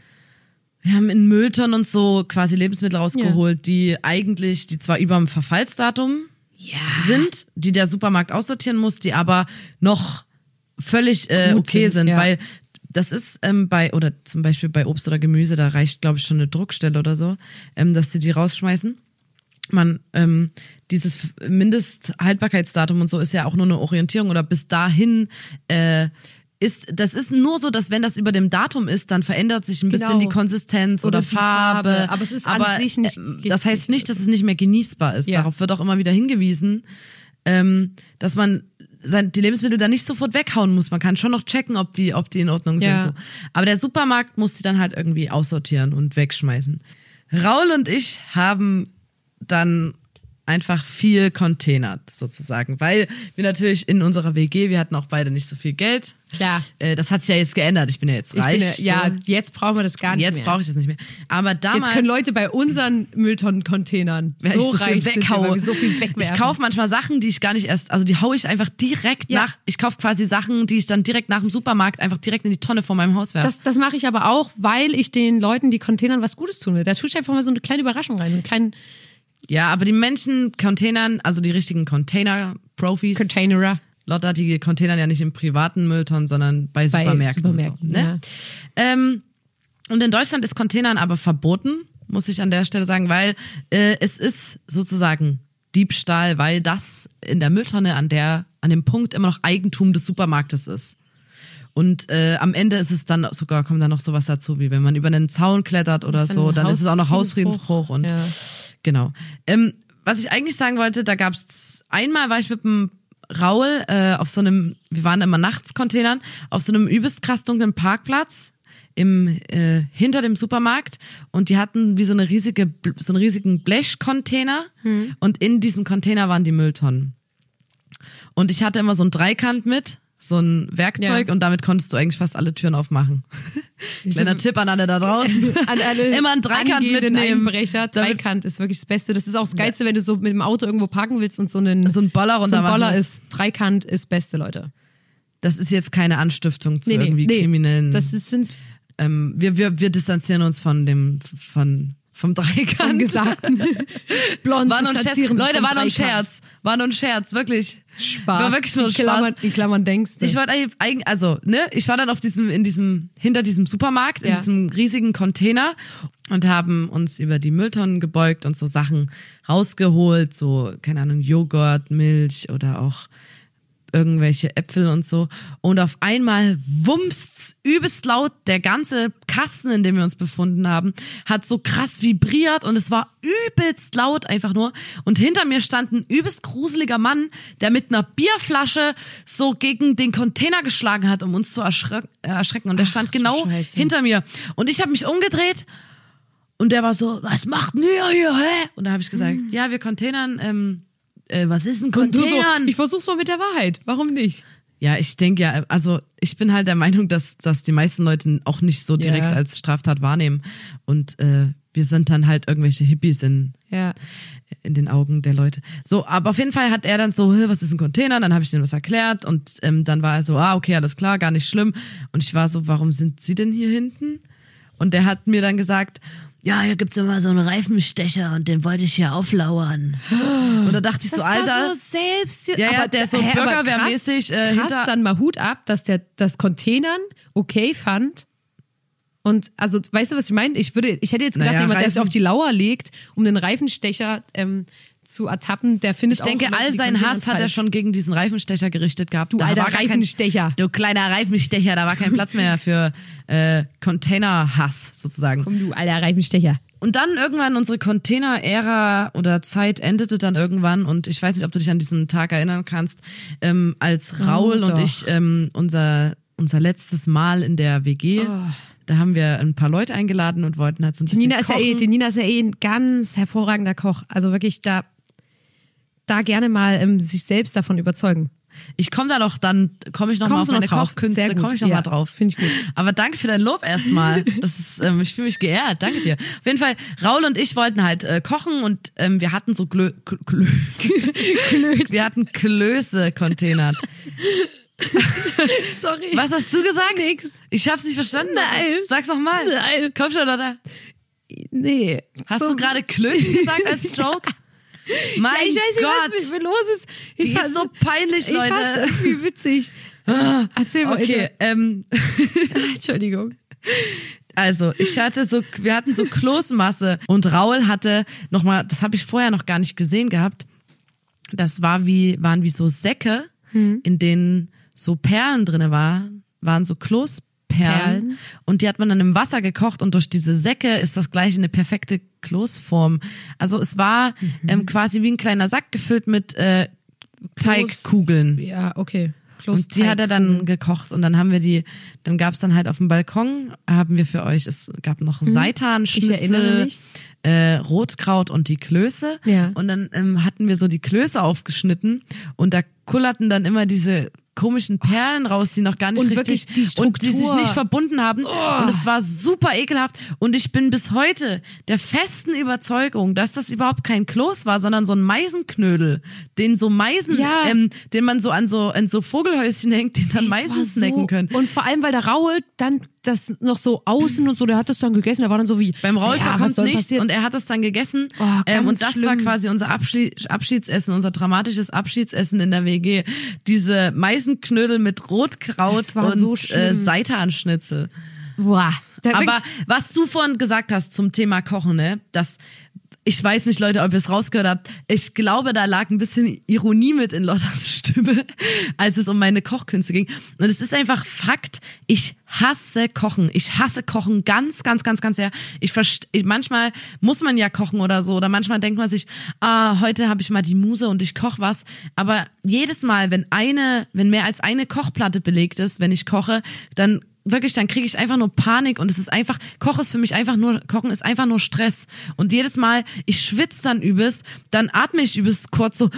wir haben in Mülltonnen und so quasi Lebensmittel rausgeholt, die eigentlich, die zwar über dem Verfallsdatum Ja. sind, die der Supermarkt aussortieren muss, die aber noch völlig äh, Gut okay sind, sind, ja. weil das ist ähm, bei, oder zum Beispiel bei Obst oder Gemüse, da reicht, glaube ich, schon eine Druckstelle oder so, ähm, dass sie die rausschmeißen. Man, ähm, dieses Mindesthaltbarkeitsdatum und so ist ja auch nur eine Orientierung oder bis dahin äh, ist, das ist nur so, dass wenn das über dem Datum ist, dann verändert sich ein Genau. bisschen die Konsistenz oder, Oder die Farbe. Farbe. Aber es ist an sich nicht äh, giftig Das heißt nicht, dass es nicht mehr genießbar ist. Ja. Darauf wird auch immer wieder hingewiesen, ähm, dass man sein, die Lebensmittel dann nicht sofort weghauen muss. Man kann schon noch checken, ob die, ob die in Ordnung Ja. sind. So. Aber der Supermarkt muss die dann halt irgendwie aussortieren und wegschmeißen. Raul und ich haben dann einfach viel containert sozusagen, weil wir natürlich in unserer W G, wir hatten auch beide nicht so viel Geld. Klar. Äh, das hat sich ja jetzt geändert. Ich bin ja jetzt Ich reich. bin, ja, so. jetzt brauchen wir das gar nicht Jetzt mehr. brauche ich das nicht mehr. Aber damals Jetzt können Leute bei unseren Mülltonnen-Containern wenn so, ich so viel reich sind, weghaue. weil wir so viel wegwerfen. Ich kaufe manchmal Sachen, die ich gar nicht erst, also die haue ich einfach direkt Ja. nach, ich kaufe quasi Sachen, die ich dann direkt nach dem Supermarkt einfach direkt in die Tonne vor meinem Haus werfe. Das, das mache ich aber auch, weil ich den Leuten, die Containern, was Gutes tun will. Da tue ich einfach mal so eine kleine Überraschung rein, so einen kleinen Ja, aber die Menschen Containern, also die richtigen Container-Profis, Containerer. Lotta, die containern ja nicht im privaten Mülltonnen, sondern bei Bei Supermärkten. Supermärkten, und so, ne? ähm, und in Deutschland ist Containern aber verboten, muss ich an der Stelle sagen, weil äh, es ist sozusagen Diebstahl, weil das in der Mülltonne an der an dem Punkt immer noch Eigentum des Supermarktes ist. Und äh, am Ende ist es dann sogar, kommt dann noch sowas dazu, wie wenn man über einen Zaun klettert oder Das ist so, ein dann ist es auch noch Hausfriedensbruch. Hausfriedensbruch und Ja. genau. Ähm, was ich eigentlich sagen wollte, da gab's einmal war ich mit dem Raul äh, auf so einem, wir waren immer nachts Containern, auf so einem übelst krass dunklen Parkplatz im äh, hinter dem Supermarkt und die hatten wie so eine riesige so einen riesigen Blechcontainer Hm. und in diesem Container waren die Mülltonnen. Und ich hatte immer so ein Dreikant mit, so ein Werkzeug Ja. und damit konntest du eigentlich fast alle Türen aufmachen. Kleiner Tipp an alle da draußen. An alle Immer einen Dreikant angehenden mitnehmen. Einbrecher. Damit- Dreikant ist wirklich das Beste. Das ist auch das Geilste, wenn du so mit dem Auto irgendwo parken willst und so einen So ein Boller so runter ein machen Boller musst. ist. Dreikant ist Beste, Leute. Das ist jetzt keine Anstiftung zu irgendwie kriminellen. Das ist, sind ähm, wir, wir, wir distanzieren uns von dem, von, vom Dreikant. Angesagten. Blond War nur ein Scherz. distanzieren sich Leute, vom war nur ein Dreikant. Scherz. War nur ein Scherz, wirklich. Spaß. War wirklich nur ein in Klammern, Spaß. In Klammern denkst du. Ich war eigentlich, also, ne, ich war dann auf diesem, in diesem, hinter diesem Supermarkt, in Ja. diesem riesigen Container und haben uns über die Mülltonnen gebeugt und so Sachen rausgeholt, so, keine Ahnung, Joghurt, Milch oder auch irgendwelche Äpfel und so. Und auf einmal wummst's übelst laut. Der ganze Kasten, in dem wir uns befunden haben, hat so krass vibriert und es war übelst laut einfach nur. Und hinter mir stand ein übelst gruseliger Mann, der mit einer Bierflasche so gegen den Container geschlagen hat, um uns zu erschre- äh, erschrecken. Und der Ach, stand du genau Scheiße. hinter mir. Und ich habe mich umgedreht und der war so, was macht denn ihr hier, hä? Und da habe ich gesagt, ja, wir containern, ähm, äh, was ist ein und du so, Containern? ich versuch's mal mit der Wahrheit. Warum nicht? Ja, ich denke ja, also ich bin halt der Meinung, dass, dass die meisten Leute auch nicht so direkt Ja. als Straftat wahrnehmen. Und äh, wir sind dann halt irgendwelche Hippies in, Ja. in den Augen der Leute. So, aber auf jeden Fall hat er dann so, "Hä, was ist ein Container?" Dann habe ich dem was erklärt und ähm, dann war er so, ah, okay, alles klar, gar nicht schlimm. Und ich war so, warum sind Sie denn hier hinten? Und der hat mir dann gesagt, ja, hier gibt's immer so einen Reifenstecher und den wollte ich hier auflauern. Und da dachte ich das so, Alter. War so selbst, ja, ja, aber der ist so hä, aber Bürgerwehrmäßig äh, krass, hinter. dann mal Hut ab, dass der das Containern okay fand. Und also, weißt du, was ich meine? Ich würde, ich hätte jetzt gedacht, Naja, jemand, der Reifen- sich auf die Lauer legt, um den Reifenstecher ähm, zu ertappen, der findet Ich denke, auch Leute, all die seinen Containern Hass hat er falsch. schon gegen diesen Reifenstecher gerichtet gehabt. Du Da alter war gar kein- Reifenstecher. Du kleiner Reifenstecher, da war kein Platz mehr für äh, Container-Hass sozusagen. Komm, du alter Reifenstecher. Und dann irgendwann unsere Container-Ära oder Zeit endete dann irgendwann und ich weiß nicht, ob du dich an diesen Tag erinnern kannst, ähm, als Raul Oh, und doch. ich ähm, unser unser letztes Mal in der W G, Oh. da haben wir ein paar Leute eingeladen und wollten halt so ein Die bisschen Nina, ist ja kochen. eh, die Nina ist ja eh ein ganz hervorragender Koch. Also wirklich da, da gerne mal ähm, sich selbst davon überzeugen. Ich komme da noch, dann komme ich noch mal auf Kommst du noch meine drauf? Kochkünste, Sehr gut. komme ich noch Ja, mal drauf. find ich gut. Aber danke für dein Lob erstmal. Das ist, ähm, ich fühle mich geehrt. Danke dir. Auf jeden Fall, Raul und ich wollten halt äh, kochen und ähm, wir hatten so Glö, Glö, Glö, wir hatten Klöße containert. Sorry. Was hast du gesagt? Nix. Ich hab's nicht verstanden. Nein. Sag's noch mal. Nein. Komm schon, oder? Nee. Hast So- du gerade Klöße gesagt als Joke? Mein Ja, ich weiß nicht, Gott. was mit mir los ist. Ich Die fand's- ist so peinlich, Ich fand's Leute. Ah, irgendwie witzig. Erzähl mal. Okay, ähm, Entschuldigung. also ich hatte so, wir hatten so Kloßmasse und Raul hatte nochmal, das habe ich vorher noch gar nicht gesehen gehabt, das war wie, waren wie so Säcke, Hm. in denen so Perlen drinne war, waren so Kloßperlen Perlen. und die hat man dann im Wasser gekocht und durch diese Säcke ist das gleich eine perfekte Kloßform. Also es war Mhm. ähm, quasi wie ein kleiner Sack gefüllt mit äh, Teigkugeln. Ja, okay. Und die hat er dann gekocht und dann haben wir die, dann gab's dann halt auf dem Balkon, haben wir für euch, es gab noch Seitanschnitzel, Mhm. Ich erinnere mich. Äh, Rotkraut und die Klöße. Ja. Und dann ähm, hatten wir so die Klöße aufgeschnitten und da kullerten dann immer diese komischen Perlen raus, die noch gar nicht Und richtig wirklich die und die sich Struktur. nicht verbunden haben. Und es war super ekelhaft. Und ich bin bis heute der festen Überzeugung, dass das überhaupt kein Kloß war, sondern so ein Meisenknödel, den so Meisen, Ja. ähm, den man so an so an so Vogelhäuschen hängt, den dann Es Meisen war snacken so, können. Und vor allem, weil der Raul dann das noch so außen und so, der hat das dann gegessen, der war dann so wie Beim Raul ja, was verkommt soll nichts passieren? und er hat es dann gegessen. Oh, ähm, ganz und das war schlimm. quasi unser Abschied, Abschiedsessen, unser dramatisches Abschiedsessen in der W G. Diese Meisenknödel mit Rotkraut Das war und so äh, schlimm. Seitanschnitzel. Boah, da Aber wirklich- was du vorhin gesagt hast zum Thema Kochen, ne, das, ich weiß nicht, Leute, ob ihr es rausgehört habt. Ich glaube, da lag ein bisschen Ironie mit in Lottas Stimme, als es um meine Kochkünste ging. Und es ist einfach Fakt. Ich hasse Kochen. Ich hasse Kochen ganz, ganz, ganz, ganz sehr. Ich verstehe, ich, manchmal muss man ja kochen oder so. Oder manchmal denkt man sich, ah, heute habe ich mal die Muse und ich koche was. Aber jedes Mal, wenn eine, wenn mehr als eine Kochplatte belegt ist, wenn ich koche, dann wirklich, dann kriege ich einfach nur Panik und es ist einfach, Koch ist für mich einfach nur, Kochen ist einfach nur Stress. Und jedes Mal, ich schwitze dann übelst, dann atme ich übelst kurz so,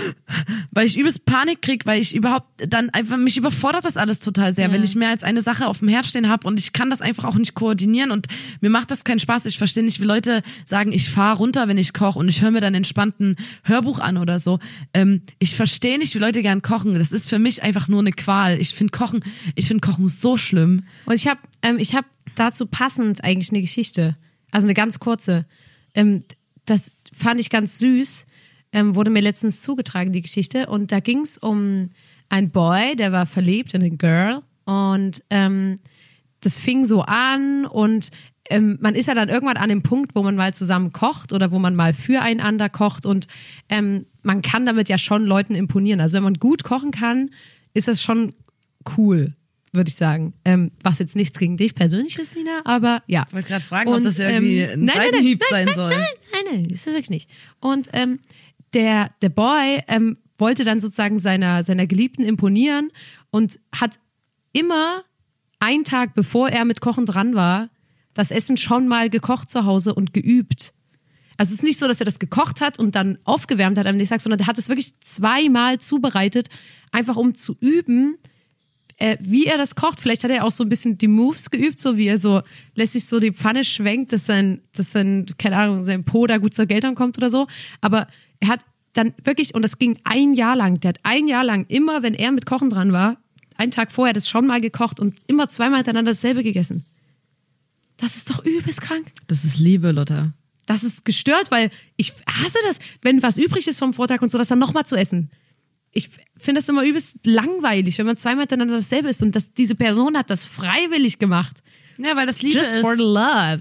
weil ich übelst Panik krieg, weil ich überhaupt, dann einfach, mich überfordert das alles total sehr, Ja. wenn ich mehr als eine Sache auf dem Herd stehen habe und ich kann das einfach auch nicht koordinieren und mir macht das keinen Spaß. Ich verstehe nicht, wie Leute sagen, ich fahre runter, wenn ich koche und ich höre mir dann entspannt ein Hörbuch an oder so. Ähm, ich verstehe nicht, wie Leute gern kochen. Das ist für mich einfach nur eine Qual. Ich finde Kochen, ich finde Kochen so schlimm. Und ich habe ähm, ich hab dazu passend eigentlich eine Geschichte, also eine ganz kurze. Ähm, das fand ich ganz süß, ähm, wurde mir letztens zugetragen, die Geschichte. Und da ging es um einen Boy, der war verliebt in eine Girl. Und ähm, das fing so an und ähm, man ist ja dann irgendwann an dem Punkt, wo man mal zusammen kocht oder wo man mal füreinander kocht. Und ähm, man kann damit ja schon Leuten imponieren. Also wenn man gut kochen kann, ist das schon cool, würde ich sagen. Ähm, was jetzt nichts gegen dich persönlich ist, Nina, aber ja. Ich wollte gerade fragen, ob Und, das irgendwie ähm, ein nein, nein, nein, Seitenhieb nein, sein soll. Nein, nein, nein, das ist wirklich nicht. Und ähm, der, der Boy ähm, wollte dann sozusagen seiner, seiner Geliebten imponieren und hat immer einen Tag, bevor er mit Kochen dran war, das Essen schon mal gekocht zu Hause und geübt. Also es ist nicht so, dass er das gekocht hat und dann aufgewärmt hat am nächsten Tag, sondern er hat es wirklich zweimal zubereitet, einfach um zu üben, äh, wie er das kocht. Vielleicht hat er auch so ein bisschen die Moves geübt, so wie er so lässt sich so die Pfanne schwenkt, dass sein, dass sein, keine Ahnung, sein Po da gut zur Geltung kommt oder so. Aber er hat dann wirklich, und das ging ein Jahr lang, der hat ein Jahr lang immer, wenn er mit Kochen dran war, einen Tag vorher das schon mal gekocht und immer zweimal hintereinander dasselbe gegessen. Das ist doch übelst krank. Das ist Liebe, Lotta. Das ist gestört, weil ich hasse das, wenn was übrig ist vom Vortag und so, das dann nochmal zu essen. Ich finde das immer übelst langweilig, wenn man zweimal miteinander dasselbe isst und das, diese Person hat das freiwillig gemacht. Ja, weil das Liebe Just ist. for the love.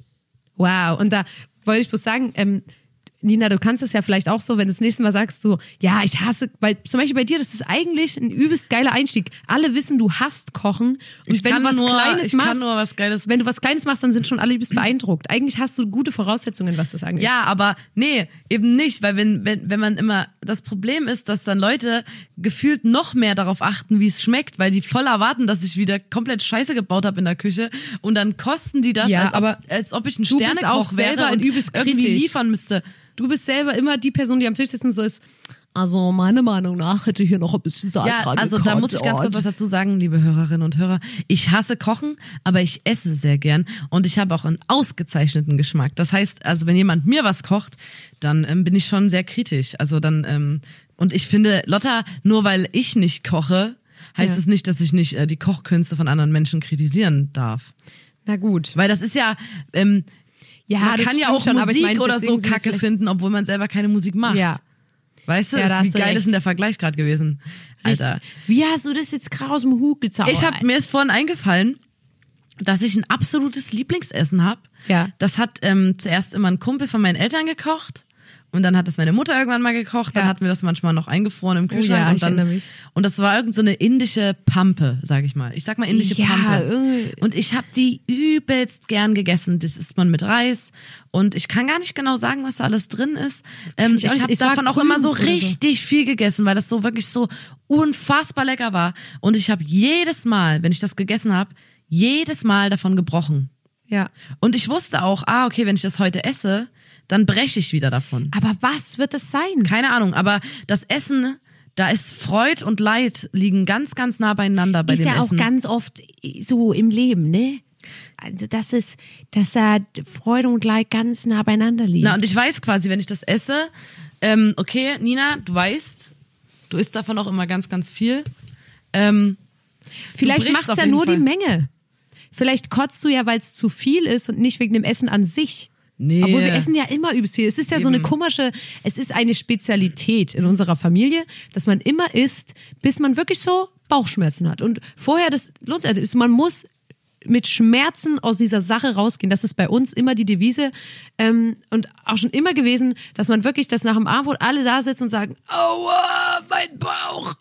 Wow. Und da wollte ich bloß sagen, ähm, Nina, du kannst es ja vielleicht auch so, wenn du das nächste Mal sagst, so, ja, ich hasse, weil zum Beispiel bei dir, das ist eigentlich ein übelst geiler Einstieg. Alle wissen, du hasst Kochen. Und Ich wenn kann du was nur- Kleines ich kann machst, nur was Geiles- wenn du was Kleines machst, dann sind schon alle übelst beeindruckt. Eigentlich hast du gute Voraussetzungen, was das angeht. Ja, aber nee, eben nicht, weil wenn, wenn, wenn man immer, das Problem ist, dass dann Leute gefühlt noch mehr darauf achten, wie es schmeckt, weil die voll erwarten, dass ich wieder komplett Scheiße gebaut habe in der Küche und dann kosten die das, Ja, als, aber ob, als ob ich ein du bist auch Sternekoch selber wäre und übelst irgendwie kritisch. liefern müsste. Du bist selber immer die Person, die am Tisch sitzt und so ist, also meiner Meinung nach hätte hier noch ein bisschen Salz Ja, dran also da gekonnt. muss ich ganz kurz was dazu sagen, liebe Hörerinnen und Hörer. Ich hasse Kochen, aber ich esse sehr gern und ich habe auch einen ausgezeichneten Geschmack. Das heißt, also wenn jemand mir was kocht, dann ähm, bin ich schon sehr kritisch. Also dann ähm, und ich finde, Lotta, nur weil ich nicht koche, heißt Ja. es nicht, dass ich nicht äh, die Kochkünste von anderen Menschen kritisieren darf. Na gut. Weil das ist ja ähm, Ja, man das kann ja stimmt auch schon, aber Musik ich meine, oder so deswegen sind wir Kacke vielleicht- finden, obwohl man selber keine Musik macht. Ja. Weißt du, Ja, da das, wie hast du geil recht. ist denn der Vergleich gerade gewesen? Alter. Richtig. Wie hast du das jetzt gerade aus dem Hut gezaubert? Ich hab, mir ist vorhin eingefallen, dass ich ein absolutes Lieblingsessen habe. Ja. Das hat ähm, zuerst immer ein Kumpel von meinen Eltern gekocht und dann hat das meine Mutter irgendwann mal gekocht. Dann Ja. hatten wir das manchmal noch eingefroren im Kühlschrank. ja, und ich dann, erinnere mich. Und das war irgend so eine indische Pampe, sag ich mal. Ich sag mal indische Ja, Pampe. irgendwie- Und ich habe die übelst gern gegessen. Das isst man mit Reis. Und ich kann gar nicht genau sagen, was da alles drin ist. Ähm, ich auch ich nicht. habe Es war davon auch grün immer so oder so. richtig viel gegessen, weil das so wirklich so unfassbar lecker war. Und ich habe jedes Mal, wenn ich das gegessen habe, jedes Mal davon gebrochen. Ja. Und ich wusste auch, ah, okay, wenn ich das heute esse, dann breche ich wieder davon. Aber was wird das sein? Keine Ahnung, aber das Essen, da ist Freud und Leid liegen ganz, ganz nah beieinander bei Ist dem ja auch Essen. ganz oft so im Leben, ne? Also das ist, dass da Freude und Leid ganz nah beieinander liegen. Na, und ich weiß quasi, wenn ich das esse, ähm, okay, Nina, du weißt, du isst davon auch immer ganz, ganz viel. Ähm, Vielleicht brichst macht's auf ja jeden nur Fall. die Menge. Vielleicht kotzt du ja, weil es zu viel ist und nicht wegen dem Essen an sich. Nee. Obwohl wir essen ja immer übelst viel. Es ist ja so eine komische, es ist eine Spezialität in unserer Familie, dass man immer isst, bis man wirklich so Bauchschmerzen hat. Und vorher, das lohnt sich, man muss mit Schmerzen aus dieser Sache rausgehen. Das ist bei uns immer die Devise ähm, und auch schon immer gewesen, dass man wirklich, dass nach dem Abendbrot alle da sitzen und sagen, aua, mein Bauch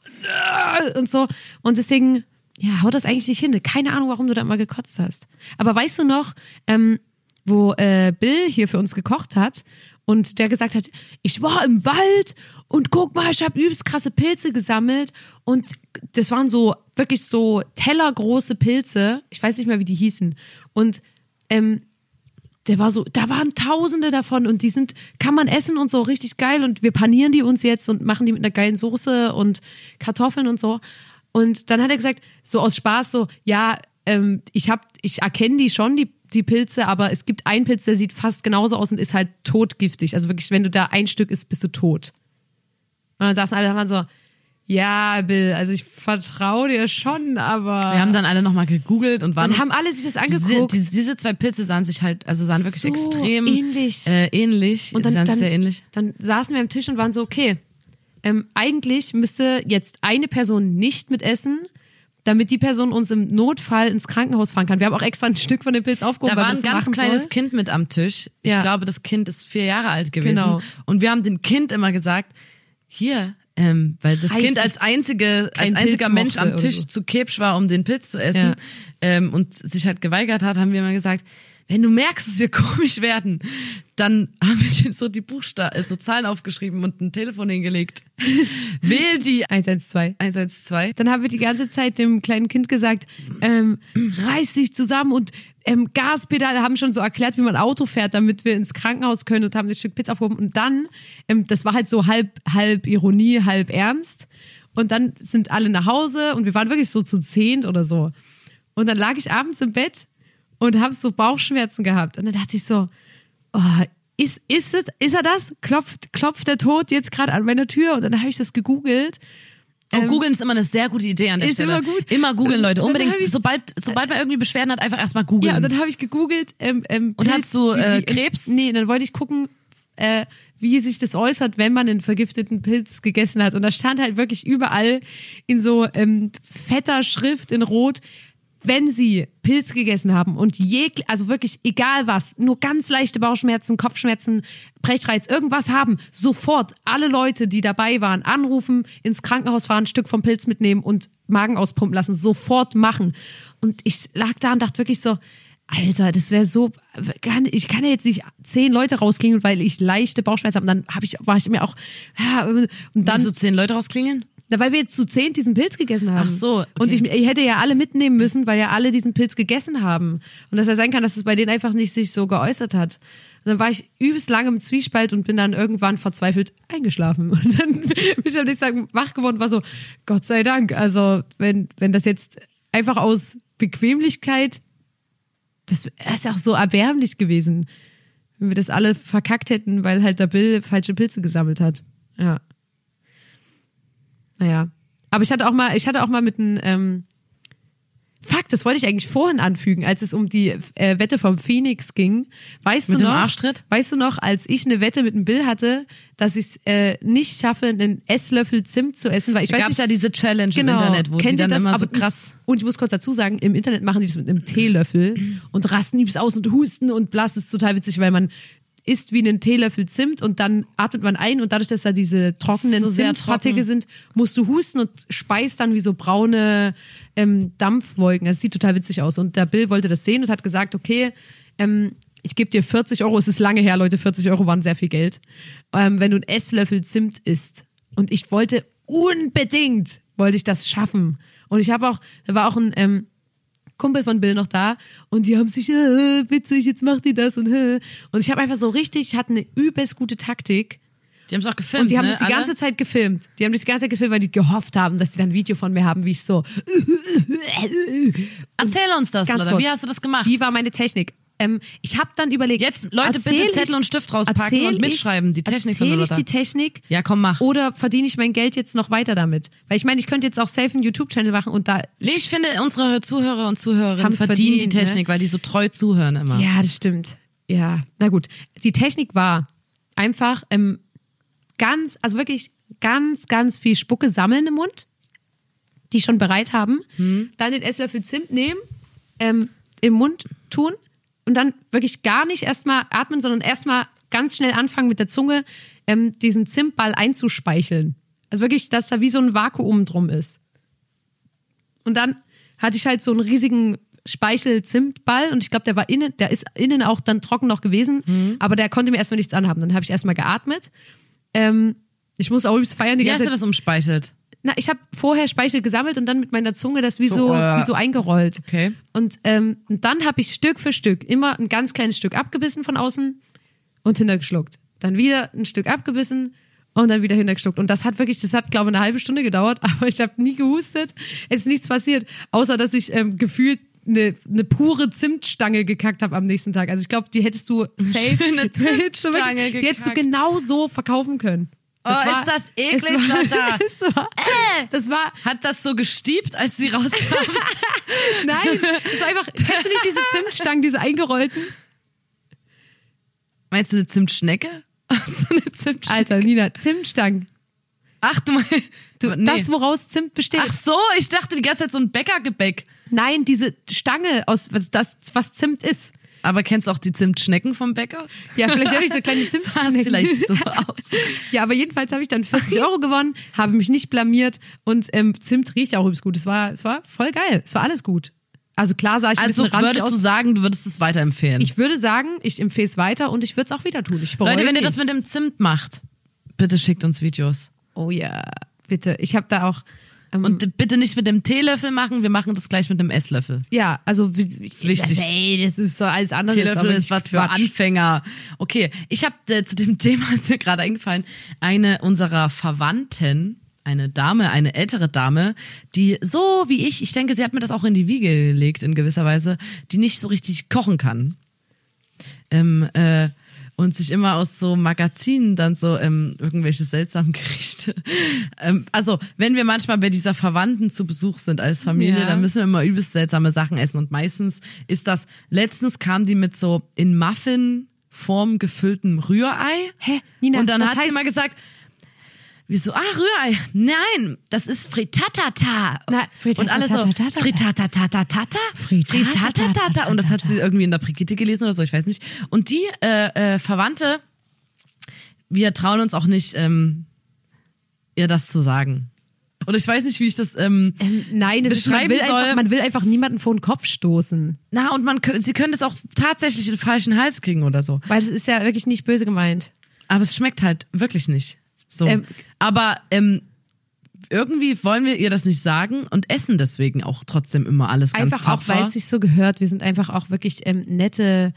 und so. Und deswegen, ja, haut das eigentlich nicht hin. Keine Ahnung, warum du da mal gekotzt hast. Aber weißt du noch, ähm, wo äh, Bill hier für uns gekocht hat und der gesagt hat, ich war im Wald und guck mal, ich habe übelst krasse Pilze gesammelt und das waren so wirklich so tellergroße Pilze, ich weiß nicht mehr, wie die hießen und ähm, der war so, da waren tausende davon und die sind, kann man essen und so, richtig geil und wir panieren die uns jetzt und machen die mit einer geilen Soße und Kartoffeln und so und dann hat er gesagt, so aus Spaß so, ja, ähm, ich hab, ich erkenne die schon, die die Pilze, aber es gibt einen Pilz, der sieht fast genauso aus und ist halt totgiftig. Also wirklich, wenn du da ein Stück isst, bist du tot. Und dann saßen alle da waren so, ja, Bill, also ich vertraue dir schon, aber... wir haben dann alle nochmal gegoogelt und waren dann uns- haben alle sich das diese, angeguckt. diese, diese zwei Pilze sahen sich halt, also sahen wirklich So extrem ähnlich. Äh, ähnlich. Und dann, Sie sahen dann, sehr ähnlich. dann saßen wir am Tisch und waren so, okay, ähm, eigentlich müsste jetzt eine Person nicht mit essen, damit die Person uns im Notfall ins Krankenhaus fahren kann. Wir haben auch extra ein Stück von dem Pilz aufgehoben. Da war weil ein wir das ganz machen kleines soll. Kind mit am Tisch. Ich Ja. glaube, das Kind ist vier Jahre alt gewesen. Genau. Und wir haben dem Kind immer gesagt, hier, ähm, weil das Heiß Kind ist als einzige, als kein einziger Pilz Mensch mochte am Tisch oder so. zu Kebsch war, um den Pilz zu essen Ja. ähm, und sich halt geweigert hat, haben wir immer gesagt, wenn du merkst, dass wir komisch werden, dann haben wir den so die Buchstaben, so Zahlen aufgeschrieben und ein Telefon hingelegt. Wähl die eins eins zwei. eins eins zwei. Dann haben wir die ganze Zeit dem kleinen Kind gesagt, ähm, reiß dich zusammen und ähm, Gaspedale haben schon so erklärt, wie man Auto fährt, damit wir ins Krankenhaus können und haben ein Stück Pizza aufgehoben. Und dann, ähm, das war halt so halb, halb Ironie, halb ernst. Und dann sind alle nach Hause und wir waren wirklich so zu zehnt oder so. Und dann lag ich abends im Bett und habe so Bauchschmerzen gehabt. Und dann dachte ich so, oh, ist, ist, es, ist er das? Klopft, klopft der Tod jetzt gerade an meiner Tür? Und dann habe ich das gegoogelt. Oh, Ähm, googeln ist immer eine sehr gute Idee an der ist Stelle. immer gut. Immer googeln, Leute. Dann Unbedingt, hab ich- sobald, sobald man irgendwie Beschwerden hat, einfach erstmal googeln. Ja, und dann habe ich gegoogelt. Ähm, ähm, Und Pilz- hast du, äh, wie- wie- Krebs? Nee, dann wollte ich gucken, äh, wie sich das äußert, wenn man einen vergifteten Pilz gegessen hat. Und da stand halt wirklich überall in so ähm, fetter Schrift in Rot, wenn sie Pilz gegessen haben und jeg, also wirklich egal was, nur ganz leichte Bauchschmerzen, Kopfschmerzen, Brechreiz, irgendwas haben, sofort alle Leute, die dabei waren, anrufen, ins Krankenhaus fahren, ein Stück vom Pilz mitnehmen und Magen auspumpen lassen, sofort machen. Und ich lag da und dachte wirklich so, Alter, das wäre so, kann, ich kann ja jetzt nicht zehn Leute rausklingeln, weil ich leichte Bauchschmerzen habe. Und dann hab ich, war ich mir auch, ja, und dann, so zehn Leute rausklingeln? na, weil wir jetzt zu zehn diesen Pilz gegessen haben. Ach so, okay. Und ich, ich hätte ja alle mitnehmen müssen, weil ja alle diesen Pilz gegessen haben. Und dass ja sein kann, dass es bei denen einfach nicht sich so geäußert hat. Und dann war ich übelst lange im Zwiespalt und bin dann irgendwann verzweifelt eingeschlafen. Und dann bin ich am nächsten Tag wach geworden und war so, Gott sei Dank. Also wenn, wenn das jetzt einfach aus Bequemlichkeit, das ist auch so erbärmlich gewesen, wenn wir das alle verkackt hätten, weil halt der Bill falsche Pilze gesammelt hat. Ja. Naja. Aber ich hatte auch mal, ich hatte auch mal mit einem, ähm, fuck, das wollte ich eigentlich vorhin anfügen, als es um die äh, Wette vom Phoenix ging. Weißt Mit du dem noch? Arschtritt? Weißt du noch, als ich eine Wette mit dem Bill hatte, dass ich es äh, nicht schaffe, einen Esslöffel Zimt zu essen, weil ich Da weiß gab's nicht, ja diese Challenge genau, im Internet, wo kennt die ihr dann das? immer so Aber- krass... Und ich muss kurz dazu sagen, im Internet machen die das mit einem Teelöffel und rasten übelst aus und husten und blass. Das ist total witzig, weil man isst wie einen Teelöffel Zimt und dann atmet man ein und dadurch, dass da diese trockenen So sehr Zimtpartikel trocken. sind, musst du husten und speist dann wie so braune ähm, Dampfwolken. Das sieht total witzig aus. Und der Bill wollte das sehen und hat gesagt, okay, ähm, ich gebe dir vierzig Euro, es ist lange her, Leute, vierzig Euro waren sehr viel Geld, ähm, wenn du einen Esslöffel Zimt isst. Und ich wollte unbedingt, wollte ich das schaffen. Und ich habe auch, da war auch ein ähm, Kumpel von Bill noch da und die haben sich, äh, witzig, jetzt macht die das und äh. und ich habe einfach so richtig, hatten eine übelst gute Taktik Die haben es auch gefilmt, und die haben ne? das die Alle? ganze Zeit gefilmt. Die haben das die ganze Zeit gefilmt, weil die gehofft haben, dass die dann ein Video von mir haben, wie ich so. Erzähl uns das, Ganz Lotta. kurz. Wie hast du das gemacht? Wie war meine Technik? Ähm, ich habe dann überlegt, Jetzt, Leute, erzähl bitte ich- Zettel und Stift rauspacken erzähl und mitschreiben, die Technik von Erzähl ich Lotta. die Technik? Ja, komm, mach. Oder verdiene ich mein Geld jetzt noch weiter damit? Weil ich meine, ich könnte jetzt auch safe einen YouTube-Channel machen und da. Nee, ich finde, unsere Zuhörer und Zuhörerinnen Haben's verdienen verdient, die Technik, ne? weil die so treu zuhören immer. Ja, das stimmt. Ja, na gut. Die Technik war einfach ähm, ganz, also wirklich ganz, ganz viel Spucke sammeln im Mund, die schon bereit haben. Hm. Dann den Esslöffel Zimt nehmen, ähm, im Mund tun und dann wirklich gar nicht erstmal atmen, sondern erstmal ganz schnell anfangen mit der Zunge ähm, diesen Zimtball einzuspeicheln. Also wirklich, dass da wie so ein Vakuum drum ist. Und dann hatte ich halt so einen riesigen Speichel-Zimtball und ich glaube, der war innen, der ist innen auch dann trocken noch gewesen, Mhm. aber der konnte mir erstmal nichts anhaben. Dann habe ich erstmal geatmet. Ähm, ich muss auch übrigens feiern die Wie hast ganze du Zeit. das umspeichelt? Na, ich habe vorher Speichel gesammelt und dann mit meiner Zunge das wie so, So, äh, wie so eingerollt. Okay. Und, ähm, und dann habe ich Stück für Stück immer ein ganz kleines Stück abgebissen von außen und hintergeschluckt. Dann wieder ein Stück abgebissen und dann wieder hintergeschluckt. Und das hat wirklich, das hat, glaube ich, eine halbe Stunde gedauert, aber ich habe nie gehustet. Es ist nichts passiert, außer dass ich ähm, gefühlt eine, eine pure Zimtstange gekackt habe am nächsten Tag. Also ich glaube, die hättest du safe, Schöne die hättest du Zimtstange wirklich- die hättest du gekackt. genau so verkaufen können. Oh, ist das eklig, es war, Lotta. es war, das war, Hat das so gestiebt, als sie rauskam? nein, es war einfach, kennst du nicht diese Zimtstangen, diese eingerollten? Meinst du eine Zimtschnecke? so eine Zimtschnecke. Alter, Nina, Zimtstangen. Ach, du meinst... Du, nee. Das, woraus Zimt besteht. Ach so, ich dachte die ganze Zeit so ein Bäckergebäck. Nein, diese Stange, aus was, das, was Zimt ist. Aber kennst du auch die Zimtschnecken vom Bäcker? Ja, vielleicht habe ich so kleine Sah es Zimtschnecken. vielleicht so aus. Ja, aber jedenfalls habe ich dann vierzig Euro gewonnen, habe mich nicht blamiert und ähm, Zimt riecht ja auch übrigens gut. Es war, es war voll geil. Es war alles gut. Also klar sah ich ein Also bisschen ranzig würdest du aus. sagen, du würdest es weiterempfehlen? Ich würde sagen, ich empfehle es weiter und ich würde es auch wieder tun. Ich bereue Leute, wenn ihr das nichts. mit dem Zimt macht, bitte schickt uns Videos. Oh ja, bitte. Ich habe da auch... Ähm, Und bitte nicht mit dem Teelöffel machen, wir machen das gleich mit dem Esslöffel. ja, also wie, wie, ist wichtig. Das, ey, das ist so alles andere. Teelöffel ist was für Anfänger. Okay, ich habe äh, zu dem Thema, ist mir gerade eingefallen, eine unserer Verwandten, eine Dame, eine ältere Dame, die so wie ich, ich denke, sie hat mir das auch in die Wiege gelegt in gewisser Weise, die nicht so richtig kochen kann. Ähm, äh, und sich immer aus so Magazinen dann so ähm, irgendwelche seltsamen Gerichte. ähm, also wenn wir manchmal bei dieser Verwandten zu Besuch sind als Familie, Ja. dann müssen wir immer übelst seltsame Sachen essen und meistens ist das, letztens kam die mit so in Muffin-Form gefülltem Rührei. Hä? Nina, und dann das hat sie heißt- immer gesagt, wieso? Ah, Rührei. Nein, das ist Fritatata. Na, Fritatata- und alle so, Tatata. Fritatata. Fritatata. Und das hat sie irgendwie in der Brigitte gelesen oder so, ich weiß nicht. Und die äh, äh, Verwandte, wir trauen uns auch nicht, ähm, ihr das zu sagen. Und ich weiß nicht, wie ich das ähm, Ähm, nein, das ist, man, beschreiben will soll. einfach, man will einfach niemanden vor den Kopf stoßen. Na, und man, kö- sie können das auch tatsächlich in den falschen Hals kriegen oder so. Weil es ist ja wirklich nicht böse gemeint. Aber es schmeckt halt wirklich nicht. So. Ähm, Aber ähm, irgendwie wollen wir ihr das nicht sagen und essen deswegen auch trotzdem immer alles ganz Einfach auch, tapfer. weil es sich so gehört. Wir sind einfach auch wirklich ähm, nette,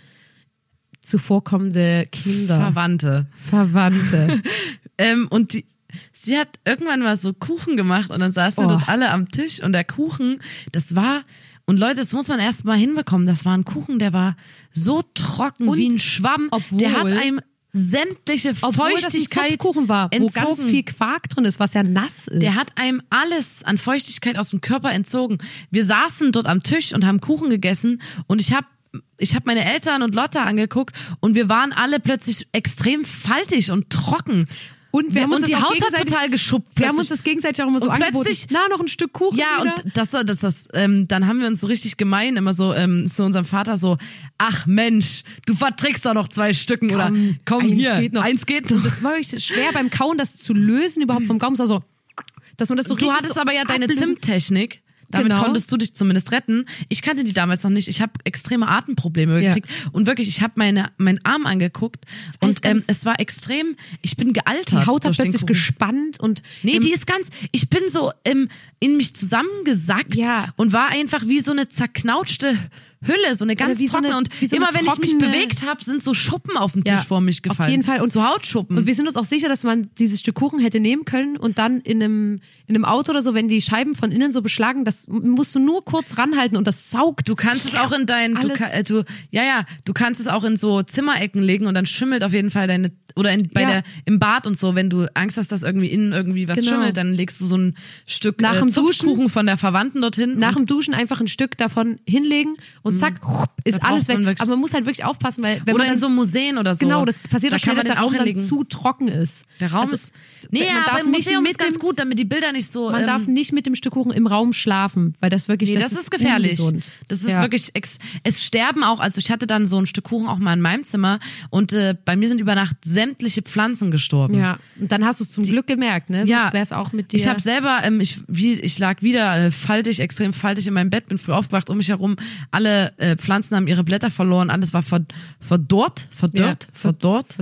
zuvorkommende Kinder. Verwandte. Verwandte. Ähm, und die, sie hat irgendwann mal so Kuchen gemacht und dann saßen wir Oh. dort alle am Tisch und der Kuchen, das war, und Leute, das muss man erst mal hinbekommen, das war ein Kuchen, der war so trocken Und wie ein Schwamm. obwohl- der hat einem sämtliche Obwohl das ein Feuchtigkeit Zupfkuchen war, wo entzogen. ganz viel Quark drin ist, was ja nass ist. Der hat einem alles an Feuchtigkeit aus dem Körper entzogen. Wir saßen dort am Tisch und haben Kuchen gegessen und ich habe ich hab meine Eltern und Lotta angeguckt und wir waren alle plötzlich extrem faltig und trocken. Und wir haben uns und die das auch Haut hat gegenseitig- total geschuppt. Wir haben uns plötzlich. das gegenseitig auch immer so Und angeboten. plötzlich- Na, noch ein Stück Kuchen Ja, wieder. und das, das, das, ähm, dann haben wir uns so richtig gemein immer so ähm, zu unserem Vater so, ach Mensch, du verträgst da noch zwei Stücken oder komm eins hier, geht noch. eins geht noch. Und das war wirklich schwer beim Kauen, das zu lösen überhaupt vom Gaumen. Es war so, dass man das so Du richtig hattest so aber ja deine ablösen- Zimttechnik. Damit Genau. konntest du dich zumindest retten. Ich kannte die damals noch nicht. Ich habe extreme Atemprobleme Ja. gekriegt. Und wirklich, ich habe meine meinen Arm angeguckt und alles ähm, ganz- es war extrem, ich bin gealtert. Die Haut hat durch den plötzlich Kuchen. gespannt und Nee, im- die ist ganz, ich bin so ähm, in mich zusammengesackt Ja. und war einfach wie so eine zerknautschte Hülle, so eine ganz wie so trockene. eine- und wie so immer eine wenn ich mich trockene- bewegt habe, sind so Schuppen auf dem Tisch Ja, vor mich gefallen. auf jeden Fall. Und- so Hautschuppen. Und wir sind uns auch sicher, dass man dieses Stück Kuchen hätte nehmen können und dann in einem, in einem Auto oder so, wenn die Scheiben von innen so beschlagen, das musst du nur kurz ranhalten und das saugt. Du kannst es auch in dein, du, Alles. ka- äh, du, ja, ja, du kannst es auch in so Zimmerecken legen und dann schimmelt auf jeden Fall deine, oder in, bei Ja. der, im Bad und so, wenn du Angst hast, dass irgendwie innen irgendwie was Genau. schimmelt, dann legst du so ein Stück Nach äh, dem Zupfkuchen Duschen- von der Verwandten dorthin. Nach und dem Duschen einfach ein Stück davon hinlegen und zack, ist Da alles braucht man weg. wirklich- Aber man muss halt wirklich aufpassen, weil wenn oder man dann in so Museen oder so. genau, das passiert da auch schnell, kann dass man der den Raum auch dann hinlegen. zu trocken ist. Der Raum Also, ist, nee, man ja, darf aber im nicht Museum mit ist ganz dem- gut, damit die Bilder nicht so, Man ähm, darf nicht mit dem Stück Kuchen im Raum schlafen, weil das wirklich, Nee, das, das, ist gefährlich. ungesund. Das ist Ja. wirklich, ex es sterben auch, also ich hatte dann so ein Stück Kuchen auch mal in meinem Zimmer und äh, bei mir sind über Nacht sämtliche Pflanzen gestorben. Ja, und dann hast du es zum Glück gemerkt, ne? Ja. Sonst wäre es auch mit dir. Ich habe selber, ähm, ich, wie, ich lag wieder äh, faltig, extrem faltig in meinem Bett, bin früh aufgewacht, um mich herum, alle äh, Pflanzen haben ihre Blätter verloren, alles war ver verdorrt, verdorrt, Ja. verdorrt,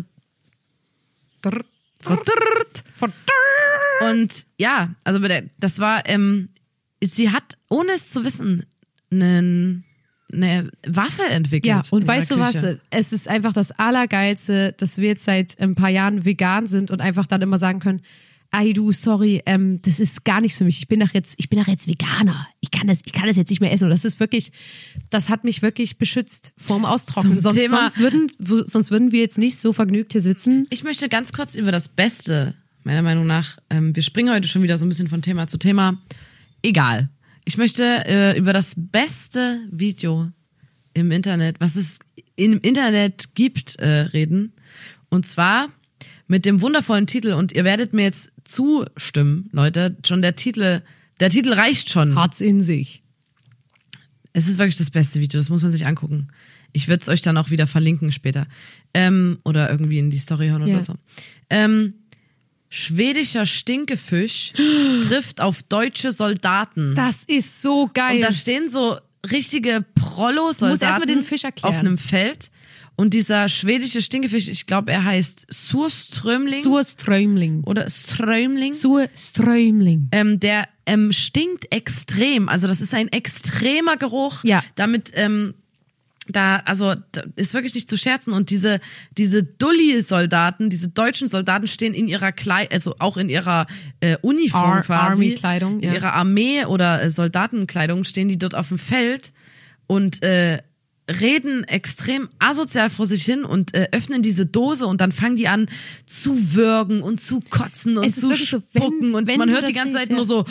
Drrrt, verdorrt. verdrrrt. Und ja, also bei der, das war, ähm, sie hat, ohne es zu wissen, einen eine Waffe entwickelt. Ja, und in weißt du ihrer was? Küche. Es ist einfach das Allergeilste, dass wir jetzt seit ein paar Jahren vegan sind und einfach dann immer sagen können, ey du, sorry, ähm, das ist gar nichts für mich. Ich bin doch jetzt, ich bin doch jetzt Veganer. Ich kann das, ich kann das jetzt nicht mehr essen. Und das ist wirklich, das hat mich wirklich beschützt vorm Austrocknen. Zum Sonst, Thema- sonst würden, w- sonst würden wir jetzt nicht so vergnügt hier sitzen. Ich möchte ganz kurz über das Beste, meiner Meinung nach, ähm, wir springen heute schon wieder so ein bisschen von Thema zu Thema. Egal. Ich möchte äh, über das beste Video im Internet, was es im Internet gibt, äh, reden. Und zwar mit dem wundervollen Titel, und ihr werdet mir jetzt zustimmen, Leute, schon der Titel, der Titel reicht schon. Hart's in sich. Es ist wirklich das beste Video, das muss man sich angucken. Ich würde es euch dann auch wieder verlinken später. Ähm, oder irgendwie in die Story hören Ja. oder so. Ähm, schwedischer Stinkefisch trifft auf deutsche Soldaten. Das ist so geil. Und da stehen so richtige Du musst Prollo-Soldaten erst mal den Fisch erklären. auf einem Feld. Und dieser schwedische Stinkefisch, ich glaube, er heißt Surströmling Surströmling. oder Strömling. Surströmling. Ähm, der ähm, stinkt extrem. Also das ist ein extremer Geruch. Ja. Damit, ähm, da, also da ist wirklich nicht zu scherzen. Und diese, diese Dulli-Soldaten, diese deutschen Soldaten stehen in ihrer Kleidung, also auch in ihrer äh, Uniform Ar- quasi. Army-Kleidung, in ja. ihrer Armee- oder äh, Soldatenkleidung stehen die dort auf dem Feld und äh, reden extrem asozial vor sich hin und äh, öffnen diese Dose und dann fangen die an zu würgen und zu kotzen und Es ist zu wirklich so, spucken wenn- und wenn man du hört die das ganze Zeit riechst, nur so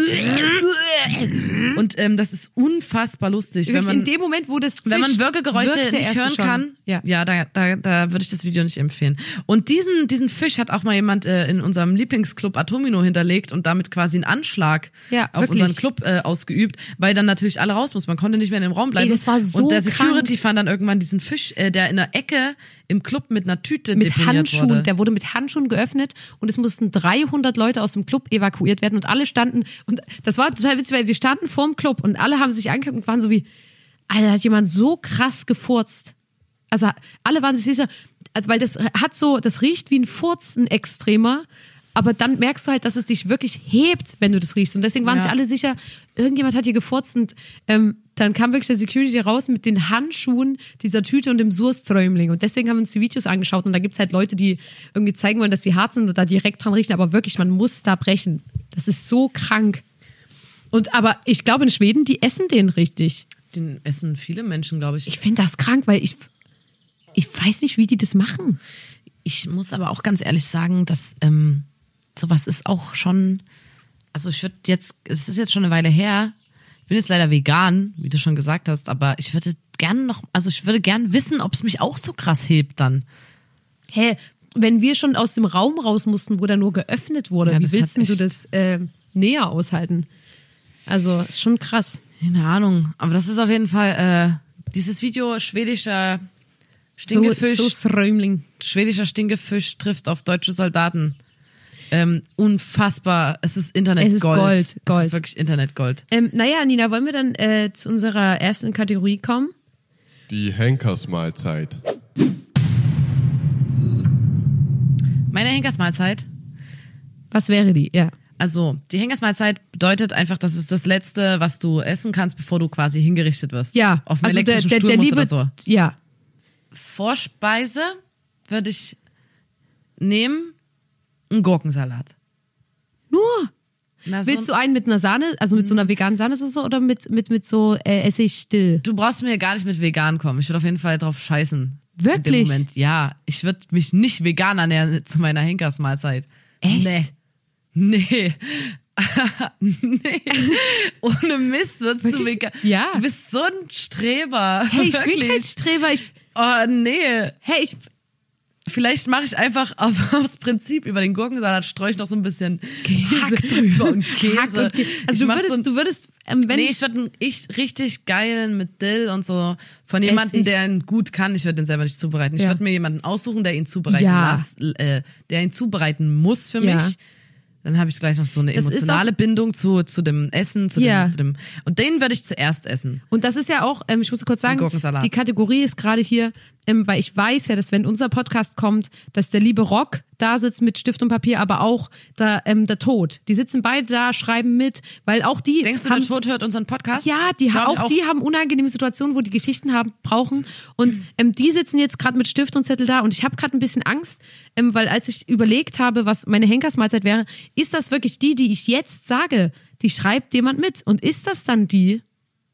und ähm, das ist unfassbar lustig. Wenn Wirklich man, in dem Moment, wo das wenn man zischt, Würgegeräusche wirkt der nicht erste hören schon. kann, Ja. ja, da, da, da würde ich das Video nicht empfehlen. Und diesen, diesen Fisch hat auch mal jemand äh, in unserem Lieblingsclub Atomino hinterlegt und damit quasi einen Anschlag Ja, auf wirklich. unseren Club äh, ausgeübt, weil dann natürlich alle raus muss. Man konnte nicht mehr in dem Raum bleiben. Ey, das war so und der Security krank. fand dann irgendwann diesen Fisch, äh, der in der Ecke im Club mit einer Tüte mit deponiert Handschuhen, wurde. der wurde mit Handschuhen geöffnet und es mussten dreihundert Leute aus dem Club evakuiert werden und alle standen, und das war total witzig, weil wir standen vorm Club und alle haben sich angeguckt und waren so wie, Alter, da hat jemand so krass gefurzt. Also alle waren sich sicher, also weil das hat so, das riecht wie ein Furz, ein extremer, aber dann merkst du halt, dass es dich wirklich hebt, wenn du das riechst. Und deswegen waren Ja. sich alle sicher, irgendjemand hat hier gefurzt. Und ähm, dann kam wirklich der Security raus mit den Handschuhen, dieser Tüte und dem Surströmling. Und deswegen haben wir uns die Videos angeschaut. Und da gibt's halt Leute, die irgendwie zeigen wollen, dass die hart sind und da direkt dran riechen. Aber wirklich, man muss da brechen. Das ist so krank. Und aber ich glaube, in Schweden, die essen den richtig. Den essen viele Menschen, glaube ich. Ich finde das krank, weil ich, ich weiß nicht, wie die das machen. Ich muss aber auch ganz ehrlich sagen, dass ähm, sowas ist auch schon, also ich würde jetzt, es ist jetzt schon eine Weile her, ich bin jetzt leider vegan, wie du schon gesagt hast, aber ich würde gerne noch, also ich würde gern wissen, ob es mich auch so krass hebt dann. Hä, wenn wir schon aus dem Raum raus mussten, wo da nur geöffnet wurde, Ja, wie das willst hat denn du echt- das äh, näher aushalten? Also, ist schon krass. Keine Ahnung, aber das ist auf jeden Fall äh, dieses Video schwedischer Stinkefisch, So, so Strömling. schwedischer Stinkefisch trifft auf deutsche Soldaten. Ähm, unfassbar, es ist Internetgold. Es ist Gold, Gold. Es ist wirklich Internetgold. Ähm, naja, Nina, wollen wir dann äh, zu unserer ersten Kategorie kommen? Die Henkersmahlzeit. Meine Henkersmahlzeit. Was wäre die? Ja. Also, die Henkersmahlzeit bedeutet einfach, das ist das Letzte, was du essen kannst, bevor du quasi hingerichtet wirst. Ja. Auf einem also der, elektrischen der, Stuhl der musst Liebe, oder so. Ja. Vorspeise würde ich nehmen, einen Gurkensalat. Nur. Na, so Willst du einen mit einer Sahne, also mit so einer veganen Sahnesoße oder mit, mit, mit so äh, Essig still? Du brauchst mir gar nicht mit vegan kommen. Ich würde auf jeden Fall drauf scheißen. Wirklich? In dem Moment. Ja, ich würde mich nicht vegan ernähren zu meiner Henkersmahlzeit. Echt? Nee. Nee. nee. Ohne Mist würdest du Wirklich? vegan. Ja. Du bist so ein Streber. Hey, ich Wirklich. bin kein Streber. Ich, Oh, nee. hey, ich, Vielleicht mache ich einfach auf, aufs Prinzip über den Gurkensalat, streue ich noch so ein bisschen Hack drüber und Käse. Hack und Käse. Also Ich du mach würdest, so ein, du würdest, ähm, wenn nee, ich würde einen ich richtig geilen mit Dill und so von jemandem, Essig. der ihn gut kann. Ich würde den selber nicht zubereiten. Ich Ja. würde mir jemanden aussuchen, der ihn zubereiten Ja. lässt, äh, der ihn zubereiten muss für Ja. mich. Dann habe ich gleich noch so eine Das ist emotionale Bindung zu, zu dem Essen, zu, Ja. dem, zu dem. Und den würde ich zuerst essen. Und das ist ja auch, ähm, ich muss kurz sagen, Gurkensalat. die Kategorie ist gerade hier, ähm, weil ich weiß ja, dass wenn unser Podcast kommt, dass der liebe Rock da sitzt mit Stift und Papier, aber auch der, ähm, der Tod. Die sitzen beide da, schreiben mit, weil auch die Denkst du, haben, der Tod hört unseren Podcast? ja, die Glaub haben ich auch, die haben unangenehme Situationen, wo die Geschichten haben brauchen. Und ähm, die sitzen jetzt gerade mit Stift und Zettel da. Und ich habe gerade ein bisschen Angst, ähm, weil als ich überlegt habe, was meine Henkersmahlzeit wäre, ist das wirklich die, die ich jetzt sage? Die schreibt jemand mit. Und ist das dann die?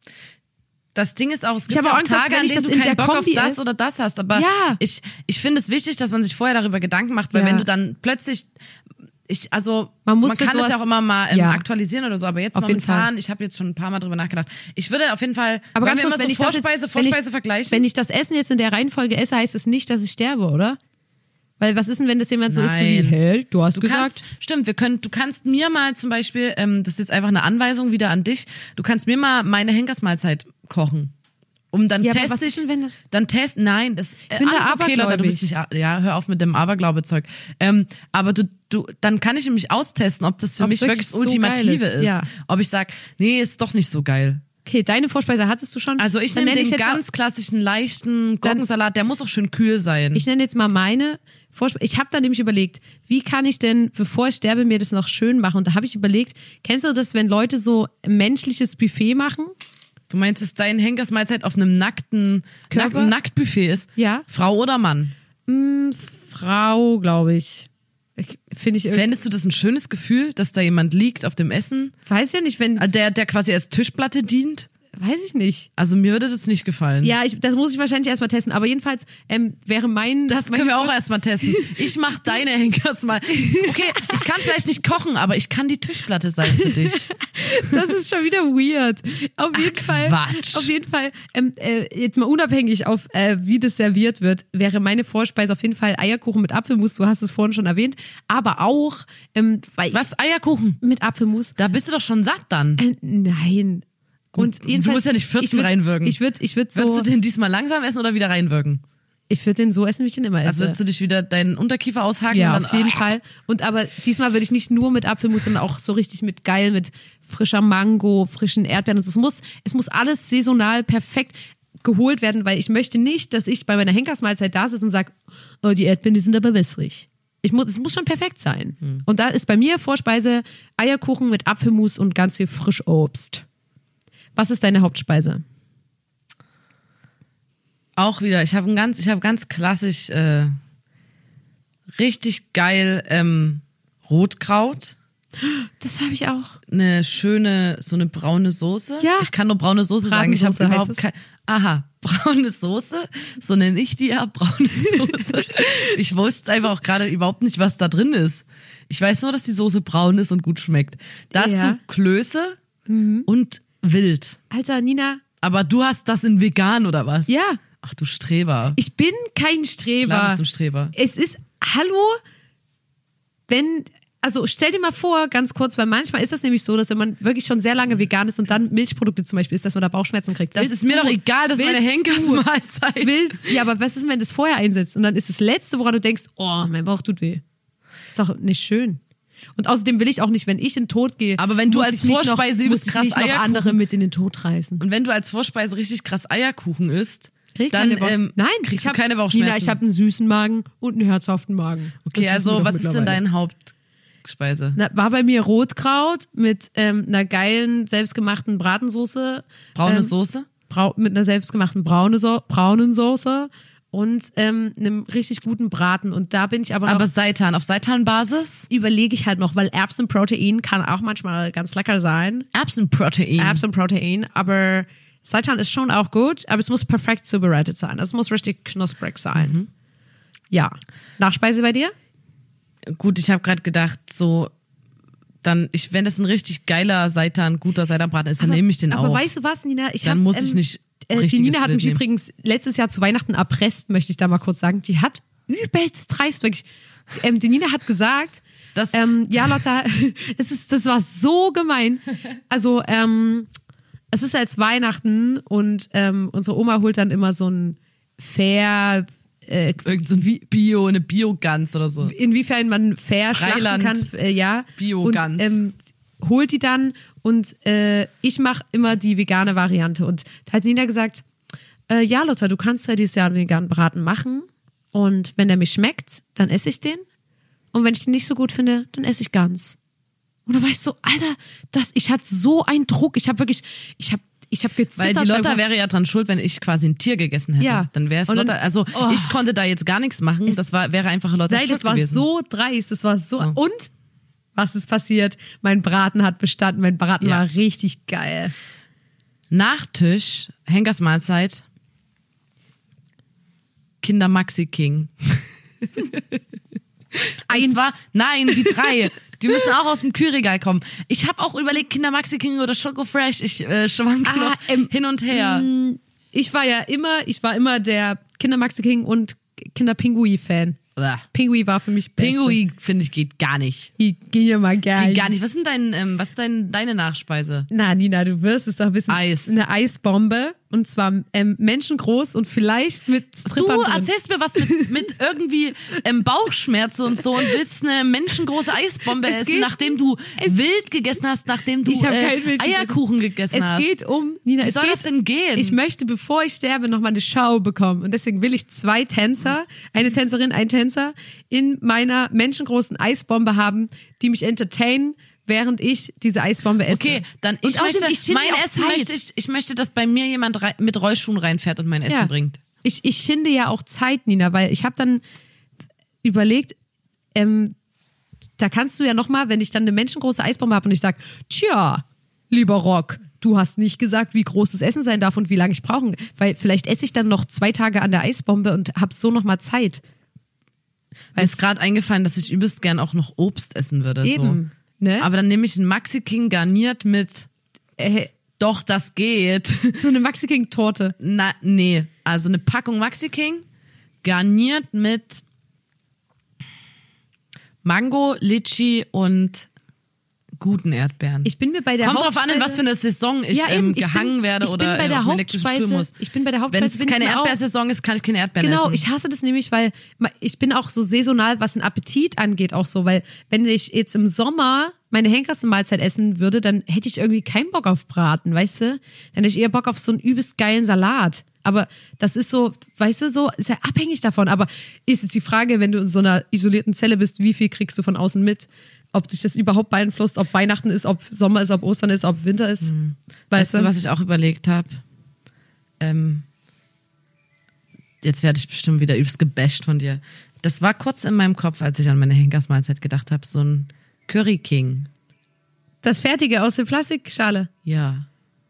Das Ding ist auch, es Ich gibt habe auch Angst, dass Tage, wenn an ich denen das du in keinen der Bock auf Kombi das esse- oder das hast. Aber Ja. ich, ich finde es wichtig, dass man sich vorher darüber Gedanken macht, weil Ja. wenn du dann plötzlich, ich, also Man muss für kann es sowas- ja auch immer mal ähm, Ja. aktualisieren oder so, aber jetzt Auf jeden momentan, Fall. ich habe jetzt schon ein paar Mal drüber nachgedacht. Ich würde auf jeden Fall, Aber wollen ganz wir kurz, immer wenn so ich das Vorspeise, jetzt, wenn ich, Vorspeise vergleichen? Wenn ich das Essen jetzt in der Reihenfolge esse, heißt es nicht, dass ich sterbe, oder? Weil was ist denn, wenn das jemand so ist so wie, Nein. hä, du hast Du gesagt. kannst, stimmt, wir können, du kannst mir mal zum Beispiel, ähm, das ist jetzt einfach eine Anweisung wieder an dich, du kannst mir mal meine Henkersmahlzeit kochen. Um dann Ja, aber test was ich, ist denn, wenn das- dann test, nein, das äh, bin da alles okay, Leute, du bist abergläubig. nicht, ja, hör auf mit dem Aberglaube-Zeug. Ähm, aber du, du, dann kann ich nämlich austesten, ob das für Ob's mich wirklich wirklich das so Ultimative geil ist, ist. ja. Ob ich sag, nee, ist doch nicht so geil. Okay, deine Vorspeise hattest du schon. Also ich Dann nehme nenne den jetzt ganz mal, klassischen, leichten Gurkensalat, der muss auch schön kühl sein. Ich nenne jetzt mal meine Vorspeise. Ich habe da nämlich überlegt, wie kann ich denn, bevor ich sterbe, mir das noch schön machen? Und da habe ich überlegt, kennst du das, wenn Leute so ein menschliches Buffet machen? Du meinst, dass dein Henkersmahlzeit auf einem nackten, Körper? nackten Nacktbuffet ist? Ja. Frau oder Mann? Frau, glaube ich. ich Finde ich irgendwie. Fändest du das ein schönes Gefühl, dass da jemand liegt auf dem Essen, Weiß ja nicht, wenn. der, der quasi als Tischplatte dient? weiß ich nicht. Also mir würde das nicht gefallen. Ja, ich, das muss ich wahrscheinlich erstmal testen. Aber jedenfalls ähm, wäre mein... Das mein können wir auch erstmal testen. Ich mach deine Henkers mal. Okay, ich kann vielleicht nicht kochen, aber ich kann die Tischplatte sein für dich. Das ist schon wieder weird. Auf jeden Ach, Fall. Quatsch. Auf jeden Fall. Ähm, äh, jetzt mal unabhängig auf, äh, wie das serviert wird, wäre meine Vorspeise auf jeden Fall Eierkuchen mit Apfelmus. Du hast es vorhin schon erwähnt. Aber auch, ähm, weil ich Was, Eierkuchen? mit Apfelmus. Da bist du doch schon satt dann. Äh, nein. Und Du jedenfalls, musst ja nicht vierzehn ich würd, reinwirken. Ich würde, ich würde so, Würdest du den diesmal langsam essen oder wieder reinwirken? ich würde den so essen, wie ich den immer esse. Also würdest du dich wieder deinen Unterkiefer aushaken? Ja, und dann, auf jeden ah, Fall. Und aber diesmal würde ich nicht nur mit Apfelmus, sondern auch so richtig mit geil, mit frischer Mango, frischen Erdbeeren. Also es muss, es muss alles saisonal perfekt geholt werden, weil ich möchte nicht, dass ich bei meiner Henkersmahlzeit da sitze und sage, oh, die Erdbeeren, die sind aber wässrig. Ich muss, es muss schon perfekt sein. Hm. Und da ist bei mir Vorspeise Eierkuchen mit Apfelmus und ganz viel Frischobst. Was ist deine Hauptspeise? Auch wieder, ich habe ganz, ich habe ganz klassisch äh, richtig geil ähm, Rotkraut, Das habe ich auch. eine schöne, so eine braune Soße. Ja. Ich kann nur braune Soße sagen. Ich habe Bratensoße heißt überhaupt es. kein. Aha, braune Soße, so nenne ich die ja, braune Soße. Ich wusste einfach auch gerade überhaupt nicht, was da drin ist. Ich weiß nur, dass die Soße braun ist und gut schmeckt. Dazu Ja. Mhm. Klöße und Wild. Alter, Nina, Aber du hast das in vegan oder was? ja, Ach du Streber. ich bin kein Streber. Klar bist du ein Streber. Es ist, hallo, wenn, also stell dir mal vor, ganz kurz, weil manchmal ist das nämlich so, dass wenn man wirklich schon sehr lange vegan ist und dann Milchprodukte zum Beispiel isst, dass man da Bauchschmerzen kriegt. Das Willst ist mir du- doch egal, das ist meine willst du- Henkersmahlzeit. Willst, ja, aber was ist, wenn das vorher einsetzt und dann ist das Letzte, woran du denkst, oh, mein Bauch tut weh. Ist doch nicht schön. Und außerdem will ich auch nicht, wenn ich in den Tod gehe. Aber wenn du muss als ich nicht noch, Vorspeise übelst muss ich krass nicht noch Eierkuchen- andere mit in den Tod reißen. Und wenn du als Vorspeise richtig krass Eierkuchen isst, Krieg ich dann keine Bauch- ähm, Nein, kriegst ich du hab, keine Bauchschmerzen. Nina, ich habe einen süßen Magen und einen herzhaften Magen. Das Okay, wissen wir also doch was ist denn mittlerweile. deine Hauptspeise? Na, war bei mir Rotkraut mit ähm, einer geilen, selbstgemachten Bratensoße. Braune ähm, Soße? Brau mit einer selbstgemachten braune so braunen Soße und ähm, einem richtig guten Braten. Und da bin ich aber noch, Aber Seitan, auf Seitan-Basis? überlege ich halt noch, weil Erbsenprotein kann auch manchmal ganz lecker sein. Erbsenprotein. Erbsenprotein, aber Seitan ist schon auch gut, aber es muss perfekt zubereitet sein. Es muss richtig knusprig sein. Mhm. Ja. Nachspeise bei dir? Gut, ich habe gerade gedacht, so dann, ich, wenn das ein richtig geiler Seitan, guter Seitanbraten ist, dann nehme ich den aber auch. weißt du was, Nina? Ich Dann hab, muss ich ähm, nicht Äh, die richtiges Nina hat Wild mich nehmen. übrigens letztes Jahr zu Weihnachten erpresst, möchte ich da mal kurz sagen. Die hat übelst dreist, wirklich. Ähm, die Nina hat gesagt, Das- ähm, ja, Lotta, es ist, das war so gemein. Also, ähm, es ist jetzt Weihnachten und ähm, unsere Oma holt dann immer so ein fair, äh, Irgend so ein Bio, eine Bio-Gans oder so. inwiefern man fair Freiland. schlachten kann, äh, ja. Bio-Gans. Und ähm, holt die dann und äh, ich mache immer die vegane Variante. Und da hat Nina gesagt, äh, ja Lotta, du kannst ja dieses Jahr einen veganen Braten machen und wenn der mir schmeckt, dann esse ich den und wenn ich den nicht so gut finde, dann esse ich ganz. Und da war ich so, Alter, das, ich hatte so einen Druck, ich habe wirklich, ich habe ich habe gezittert. Weil die Lotta beim- wäre ja dran schuld, wenn ich quasi ein Tier gegessen hätte. Ja. Dann wäre es Und dann- Lotta. Also Oh. ich konnte da jetzt gar nichts machen. Das war, wäre einfach Lotta Nein, schuld das war gewesen. so dreist, das war so. So. Und was ist passiert? Mein Braten hat bestanden, mein Braten Ja. war richtig geil. Nachtisch, Henkers Mahlzeit, Kinder Maxi King. Und Eins. zwar, nein, die drei. Die müssen auch aus dem Kühlregal kommen. Ich habe auch überlegt, Kinder Maxi King oder Schoko Fresh. Ich äh, schwanke Ah, noch ähm, hin und her. Ich war ja immer, ich war immer der Kinder Maxi King und Kinder Pingui-Fan. Blah. Pingui war für mich beste. Pinguin, finde ich, geht gar nicht. Die ging ja mal geil. Geht gar nicht. Was ist denn dein, ähm, was ist dein, deine Nachspeise? Na, Nina, du wirst es doch wissen. Eis. Eine Eisbombe. Und zwar ähm, menschengroß und vielleicht mit Strippern Du drin. erzählst mir was mit, mit irgendwie ähm, Bauchschmerzen und so und willst eine menschengroße Eisbombe Es essen, geht- nachdem du es- wild gegessen hast, nachdem du Ich hab äh, kein Wild Eierkuchen gegessen Es hast. geht um, Nina, Wie es soll geht, das denn gehen? Ich möchte, bevor ich sterbe, noch mal eine Show bekommen. Und deswegen will ich zwei Tänzer, eine Tänzerin, ein Tänzer, in meiner menschengroßen Eisbombe haben, die mich entertainen, während ich diese Eisbombe esse. Okay, dann Und ich außerdem, möchte, ich schinde mein auch Essen Zeit. möchte ich, ich möchte, dass bei mir jemand rei- mit Rollschuhen reinfährt und mein Essen Ja. bringt. Ich, ich schinde ja auch Zeit, Nina, weil ich habe dann überlegt, ähm, da kannst du ja noch mal, wenn ich dann eine menschengroße Eisbombe habe und ich sag, tja, lieber Rock, du hast nicht gesagt, wie groß das Essen sein darf und wie lange ich brauche. Weil vielleicht esse ich dann noch zwei Tage an der Eisbombe und hab so noch mal Zeit. Mir ist gerade eingefallen, dass ich übelst gern auch noch Obst essen würde. Eben, so. ne? Aber dann nehme ich einen Maxi King garniert mit, Äh, doch, das geht. so eine Maxi King Torte. Na, nee. Also eine Packung Maxi King garniert mit Mango, Litchi und guten Erdbeeren. Ich bin mir bei der Kommt drauf Hauptspeise, an, in was für eine Saison ich, ja, ähm, eben, ich gehangen bin, werde ich oder bin bei äh, der auf einen elektrischen Stuhl Hauptspeise, muss. Ich bin bei der Wenn Hauptspeise. es bin keine ich mir auch- Erdbeersaison ist, kann ich keine Erdbeeren Genau, essen. ich hasse das nämlich, weil ich bin auch so saisonal, was den Appetit angeht, auch so, weil wenn ich jetzt im Sommer meine Henkersmahlzeit essen würde, dann hätte ich irgendwie keinen Bock auf Braten, weißt du? Dann hätte ich eher Bock auf so einen übelst geilen Salat. Aber das ist so, weißt du, so, ist ja abhängig davon. Aber ist jetzt die Frage, wenn du in so einer isolierten Zelle bist, wie viel kriegst du von außen mit? Ob sich das überhaupt beeinflusst, ob Weihnachten ist, ob Sommer ist, ob Ostern ist, ob Winter ist. Hm. Weißt, Weißt du, was ich auch überlegt habe? Ähm, jetzt werde ich bestimmt wieder übelst gebasht von dir. Das war kurz in meinem Kopf, als ich an meine Henkersmahlzeit gedacht habe, so ein Curry King. Das Fertige aus der Plastikschale. Ja.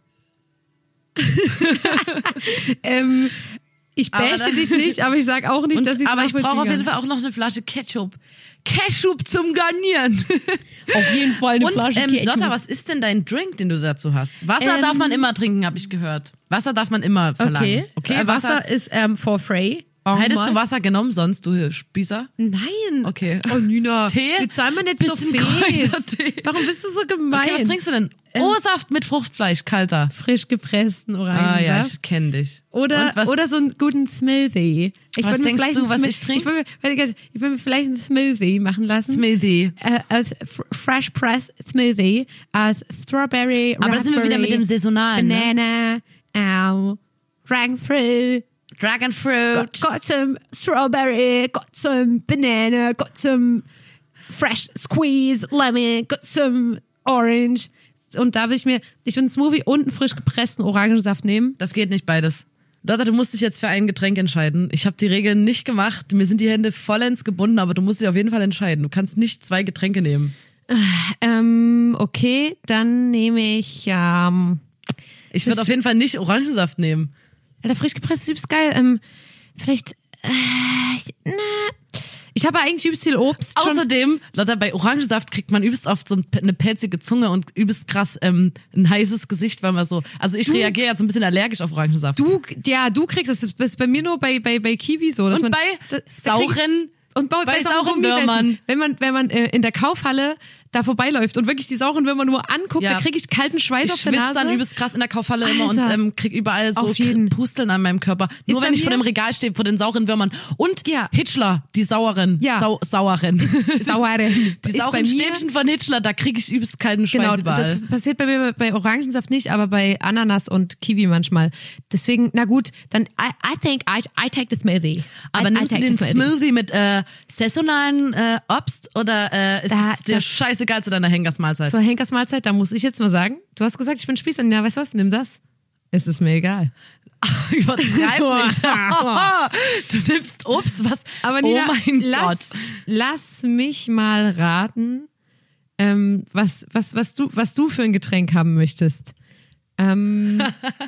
Ähm, ich Aber bashe dann- dich nicht, aber ich sag auch nicht, Und, dass ich aber ich brauche auf jeden Fall Fall auch noch eine Flasche Ketchup. Ketchup zum Garnieren. auf jeden Fall eine Und Flasche ähm, Ketchup. Lotta, was ist denn dein Drink, den du dazu hast? Wasser Ähm, darf man immer trinken, habe ich gehört. Wasser darf man immer verlangen. Okay, Okay, Äh, Wasser, ist ähm, for free. Hättest du Irgendwas. Wasser genommen sonst, du Spießer? Nein. Okay. Oh, Nina. Tee? Jetzt sei mal nicht so Bisschen fies. Kräutertee. Warum bist du so gemein? Okay, was trinkst du denn? O-Saft mit Fruchtfleisch, kalter. Frisch gepressten Ah Orangensaft. ja, ich kenn dich. Oder, Und was, oder so einen guten Smoothie. Ich Was würd mir denkst vielleicht du, einen was Smi- ich trinke? Ich würde mir, ich würd mir vielleicht einen Smoothie machen lassen. Smoothie. Äh, als F- Fresh Press Smoothie, als Strawberry, Aber da sind wir wieder mit dem Saisonalen, ne? Banana, ähm, Dragon Fruit, Dragon Fruit. got, got some Strawberry, got some Banana, got some Fresh Squeeze Lemon, got some Orange. Und da will ich mir, ich will einen Smoothie und einen frisch gepressten Orangensaft nehmen. Das geht nicht beides. Lotta, du musst dich jetzt für ein Getränk entscheiden. Ich habe die Regeln nicht gemacht. Mir sind die Hände vollends gebunden, aber du musst dich auf jeden Fall entscheiden. Du kannst nicht zwei Getränke nehmen. Ähm, okay, dann nehme ich, ähm, Ich würde Das- auf jeden Fall nicht Orangensaft nehmen. Alter, frisch gepresst ist übelst geil. Ähm, vielleicht, äh, ich, na, ich habe eigentlich übelst viel Obst. schon. Außerdem, Lotta, bei Orangensaft kriegt man übelst oft so ein- eine pelzige Zunge und übelst krass ähm, ein heißes Gesicht, weil man so, also ich reagiere ja so ein bisschen allergisch auf Orangensaft. Du, ja, du kriegst das, das ist bei mir nur bei, bei, bei Kiwi so. Dass und man, bei da, da krieg- sauren, und bei, bei sauren sauren Gummibärchen. Würmern. Wenn man, wenn man äh, in der Kaufhalle da vorbeiläuft und wirklich die sauren Würmer nur anguckt, Ja. da kriege ich kalten Schweiß ich auf der schwitze Nase. dann übelst krass in der Kaufhalle immer und Alter. ähm, krieg überall so Auf jeden. Pusteln an meinem Körper. Nur bei wenn ich vor mir- dem Regal stehe, vor den sauren Würmern. Und Ja. Hitchler, die sauren, Ja. Sau sauren. Sauere. Die Ist bei sauren mir- Stäbchen von Hitchler, da kriege ich übelst kalten Schweiß Genau, überall. das passiert bei mir bei Orangensaft nicht, aber bei Ananas und Kiwi manchmal. Deswegen, na gut, dann I, I think I, I take the smoothie. Aber I, nimmst I du take den the Smoothie mit äh, saisonalen äh, Obst oder äh, ist Da- es dir das- scheißegal zu deiner Henkersmahlzeit? Zur Henkersmahlzeit, da muss ich jetzt mal sagen, du hast gesagt, ich bin Spießer. Ja, weißt du was, nimm das. Es ist mir egal. Übertreib nicht. Du nimmst Obst, was? Aber Nina, oh mein lass, Gott. lass mich mal raten, ähm, was, was, was, du, was du für ein Getränk haben möchtest. Ähm,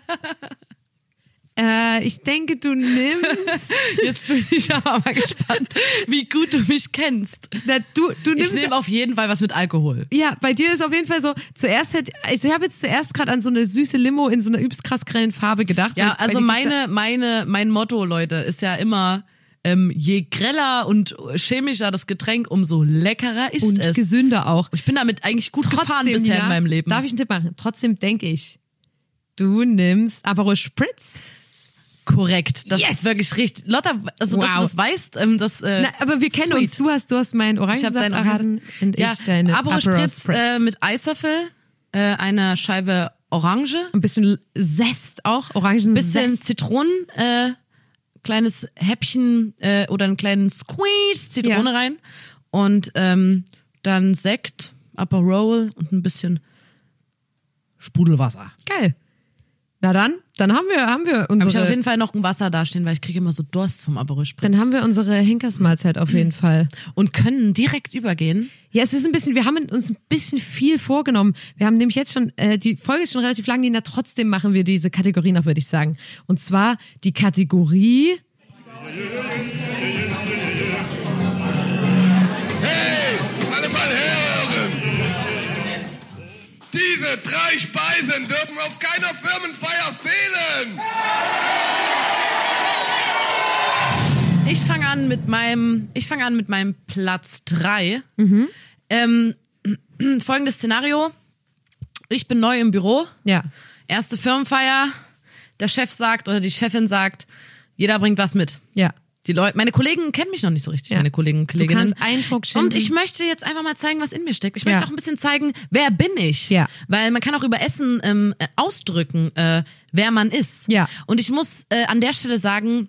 äh, ich denke, du nimmst. Jetzt bin ich aber mal gespannt, wie gut du mich kennst. Na, du, du Ich nimmst. nehme auf jeden Fall was mit Alkohol. Ja, bei dir ist auf jeden Fall so, zuerst hätte, also ich habe jetzt zuerst gerade an so eine süße Limo in so einer übelst krass grellen Farbe gedacht. Ja, weil- weil also die gibt's meine, meine, mein Motto, Leute, ist ja immer, ähm, je greller und chemischer das Getränk, umso leckerer ist und es. gesünder auch. Ich bin damit eigentlich gut gefahren bisher Nina, in meinem Leben. Darf ich einen Tipp machen? Trotzdem denke ich, du nimmst Aperol Spritz. Korrekt. Das Yes! ist wirklich richtig. Lotta, also dass Wow. du das weißt, ähm, das, äh, Na, aber wir kennen sweet. uns. Du hast, du hast meinen Ich habe Orangensaft deinen erraten und ja, ich deine Aperol Aperol Spritz, Spritz. äh, mit Eiswürfel, äh, einer Scheibe Orange, ein bisschen Zest auch, Orangen bisschen Zest. Zitronen, äh, kleines Häppchen äh, oder einen kleinen Squeeze Zitrone Ja. rein und ähm, dann Sekt, Aperol und ein bisschen Sprudelwasser. Geil. Na dann, dann haben wir, haben wir Aber ich habe auf unsere, jeden Fall noch ein Wasser dastehen, weil ich kriege immer so Durst vom Aperol Spritz. dann haben wir unsere Henkersmahlzeit auf jeden Fall. Und können direkt übergehen. Ja, es ist ein bisschen, wir haben uns ein bisschen viel vorgenommen. Wir haben nämlich jetzt schon, äh, die Folge ist schon relativ lang, Nina, trotzdem machen wir diese Kategorie noch, würde ich sagen. Und zwar die Kategorie... Hey, alle mal hören! Diese drei Speisen dürfen auf keiner Firmenfeier fehlen! Ich fange an mit meinem, ich fange an mit meinem Platz drei. Mhm. Ähm, folgendes Szenario. Ich bin neu im Büro. Ja. Erste Firmenfeier. Der Chef sagt oder die Chefin sagt, jeder bringt was mit. Ja. Die Leute, meine Kollegen kennen mich noch nicht so richtig, Ja. meine Kollegen und Kolleginnen. Du kannst Eindruck schinden. Und ich möchte jetzt einfach mal zeigen, was in mir steckt. Ich möchte Ja. auch ein bisschen zeigen, wer bin ich. Ja. Weil man kann auch über Essen ähm, äh, ausdrücken, äh, wer man ist. Ja. Und ich muss äh, an der Stelle sagen,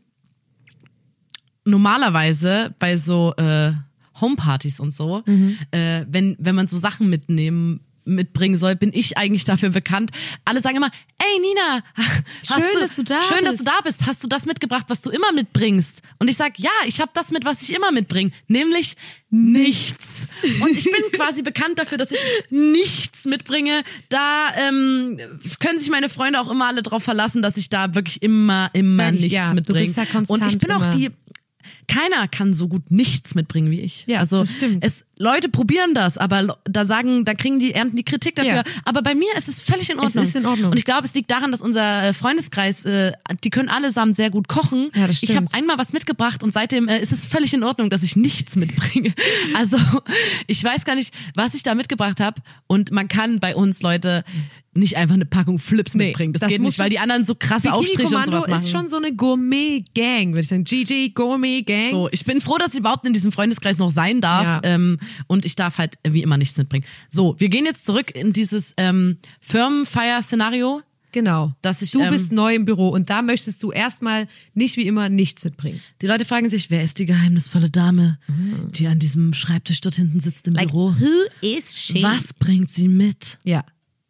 normalerweise bei so äh, Homepartys und so, Mhm. äh, wenn, wenn man so Sachen mitnehmen mitbringen soll, bin ich eigentlich dafür bekannt. Alle sagen immer, ey Nina, hast Schön, dass du da schön, dass bist. du da bist. Hast du das mitgebracht, was du immer mitbringst? Und ich sag, ja, ich habe das mit, was ich immer mitbringe, nämlich nichts. Und ich bin quasi bekannt dafür, dass ich nichts mitbringe. Da ähm, können sich meine Freunde auch immer alle drauf verlassen, dass ich da wirklich immer, immer Wirklich, nichts ja. Du mitbringe. bist ja konstant Und ich bin auch immer. die keiner kann so gut nichts mitbringen wie ich. Ja, also das stimmt. Es, Leute probieren das, aber lo- da sagen, da kriegen die ernten die Kritik dafür. Ja. Aber bei mir ist es völlig in Ordnung. ist in Ordnung. Und ich glaube, es liegt daran, dass unser äh, Freundeskreis, äh, die können allesamt sehr gut kochen. Ja, das ich habe stimmt. einmal was mitgebracht und seitdem äh, ist es völlig in Ordnung, dass ich nichts mitbringe. Also ich weiß gar nicht, was ich da mitgebracht habe. Und man kann bei uns, Leute, nicht einfach eine Packung Flips Nee, mitbringen. Das, das geht muss nicht, weil die anderen so krasse Aufstriche und Bikini-Kommando sowas machen. ist schon so eine Gourmet-Gang, würde ich sagen. G G Gourmet-Gang. So, ich bin froh, dass ich überhaupt in diesem Freundeskreis noch sein darf. Ja. Ähm, und ich darf halt wie immer nichts mitbringen. So, wir gehen jetzt zurück in dieses ähm, Firmenfeier-Szenario. Genau. Dass ich, du ähm, bist neu im Büro und da möchtest du erstmal nicht wie immer nichts mitbringen. Die Leute fragen sich, wer ist die geheimnisvolle Dame, die an diesem Schreibtisch dort hinten sitzt im Büro? who is she? Was bringt sie mit? Ja.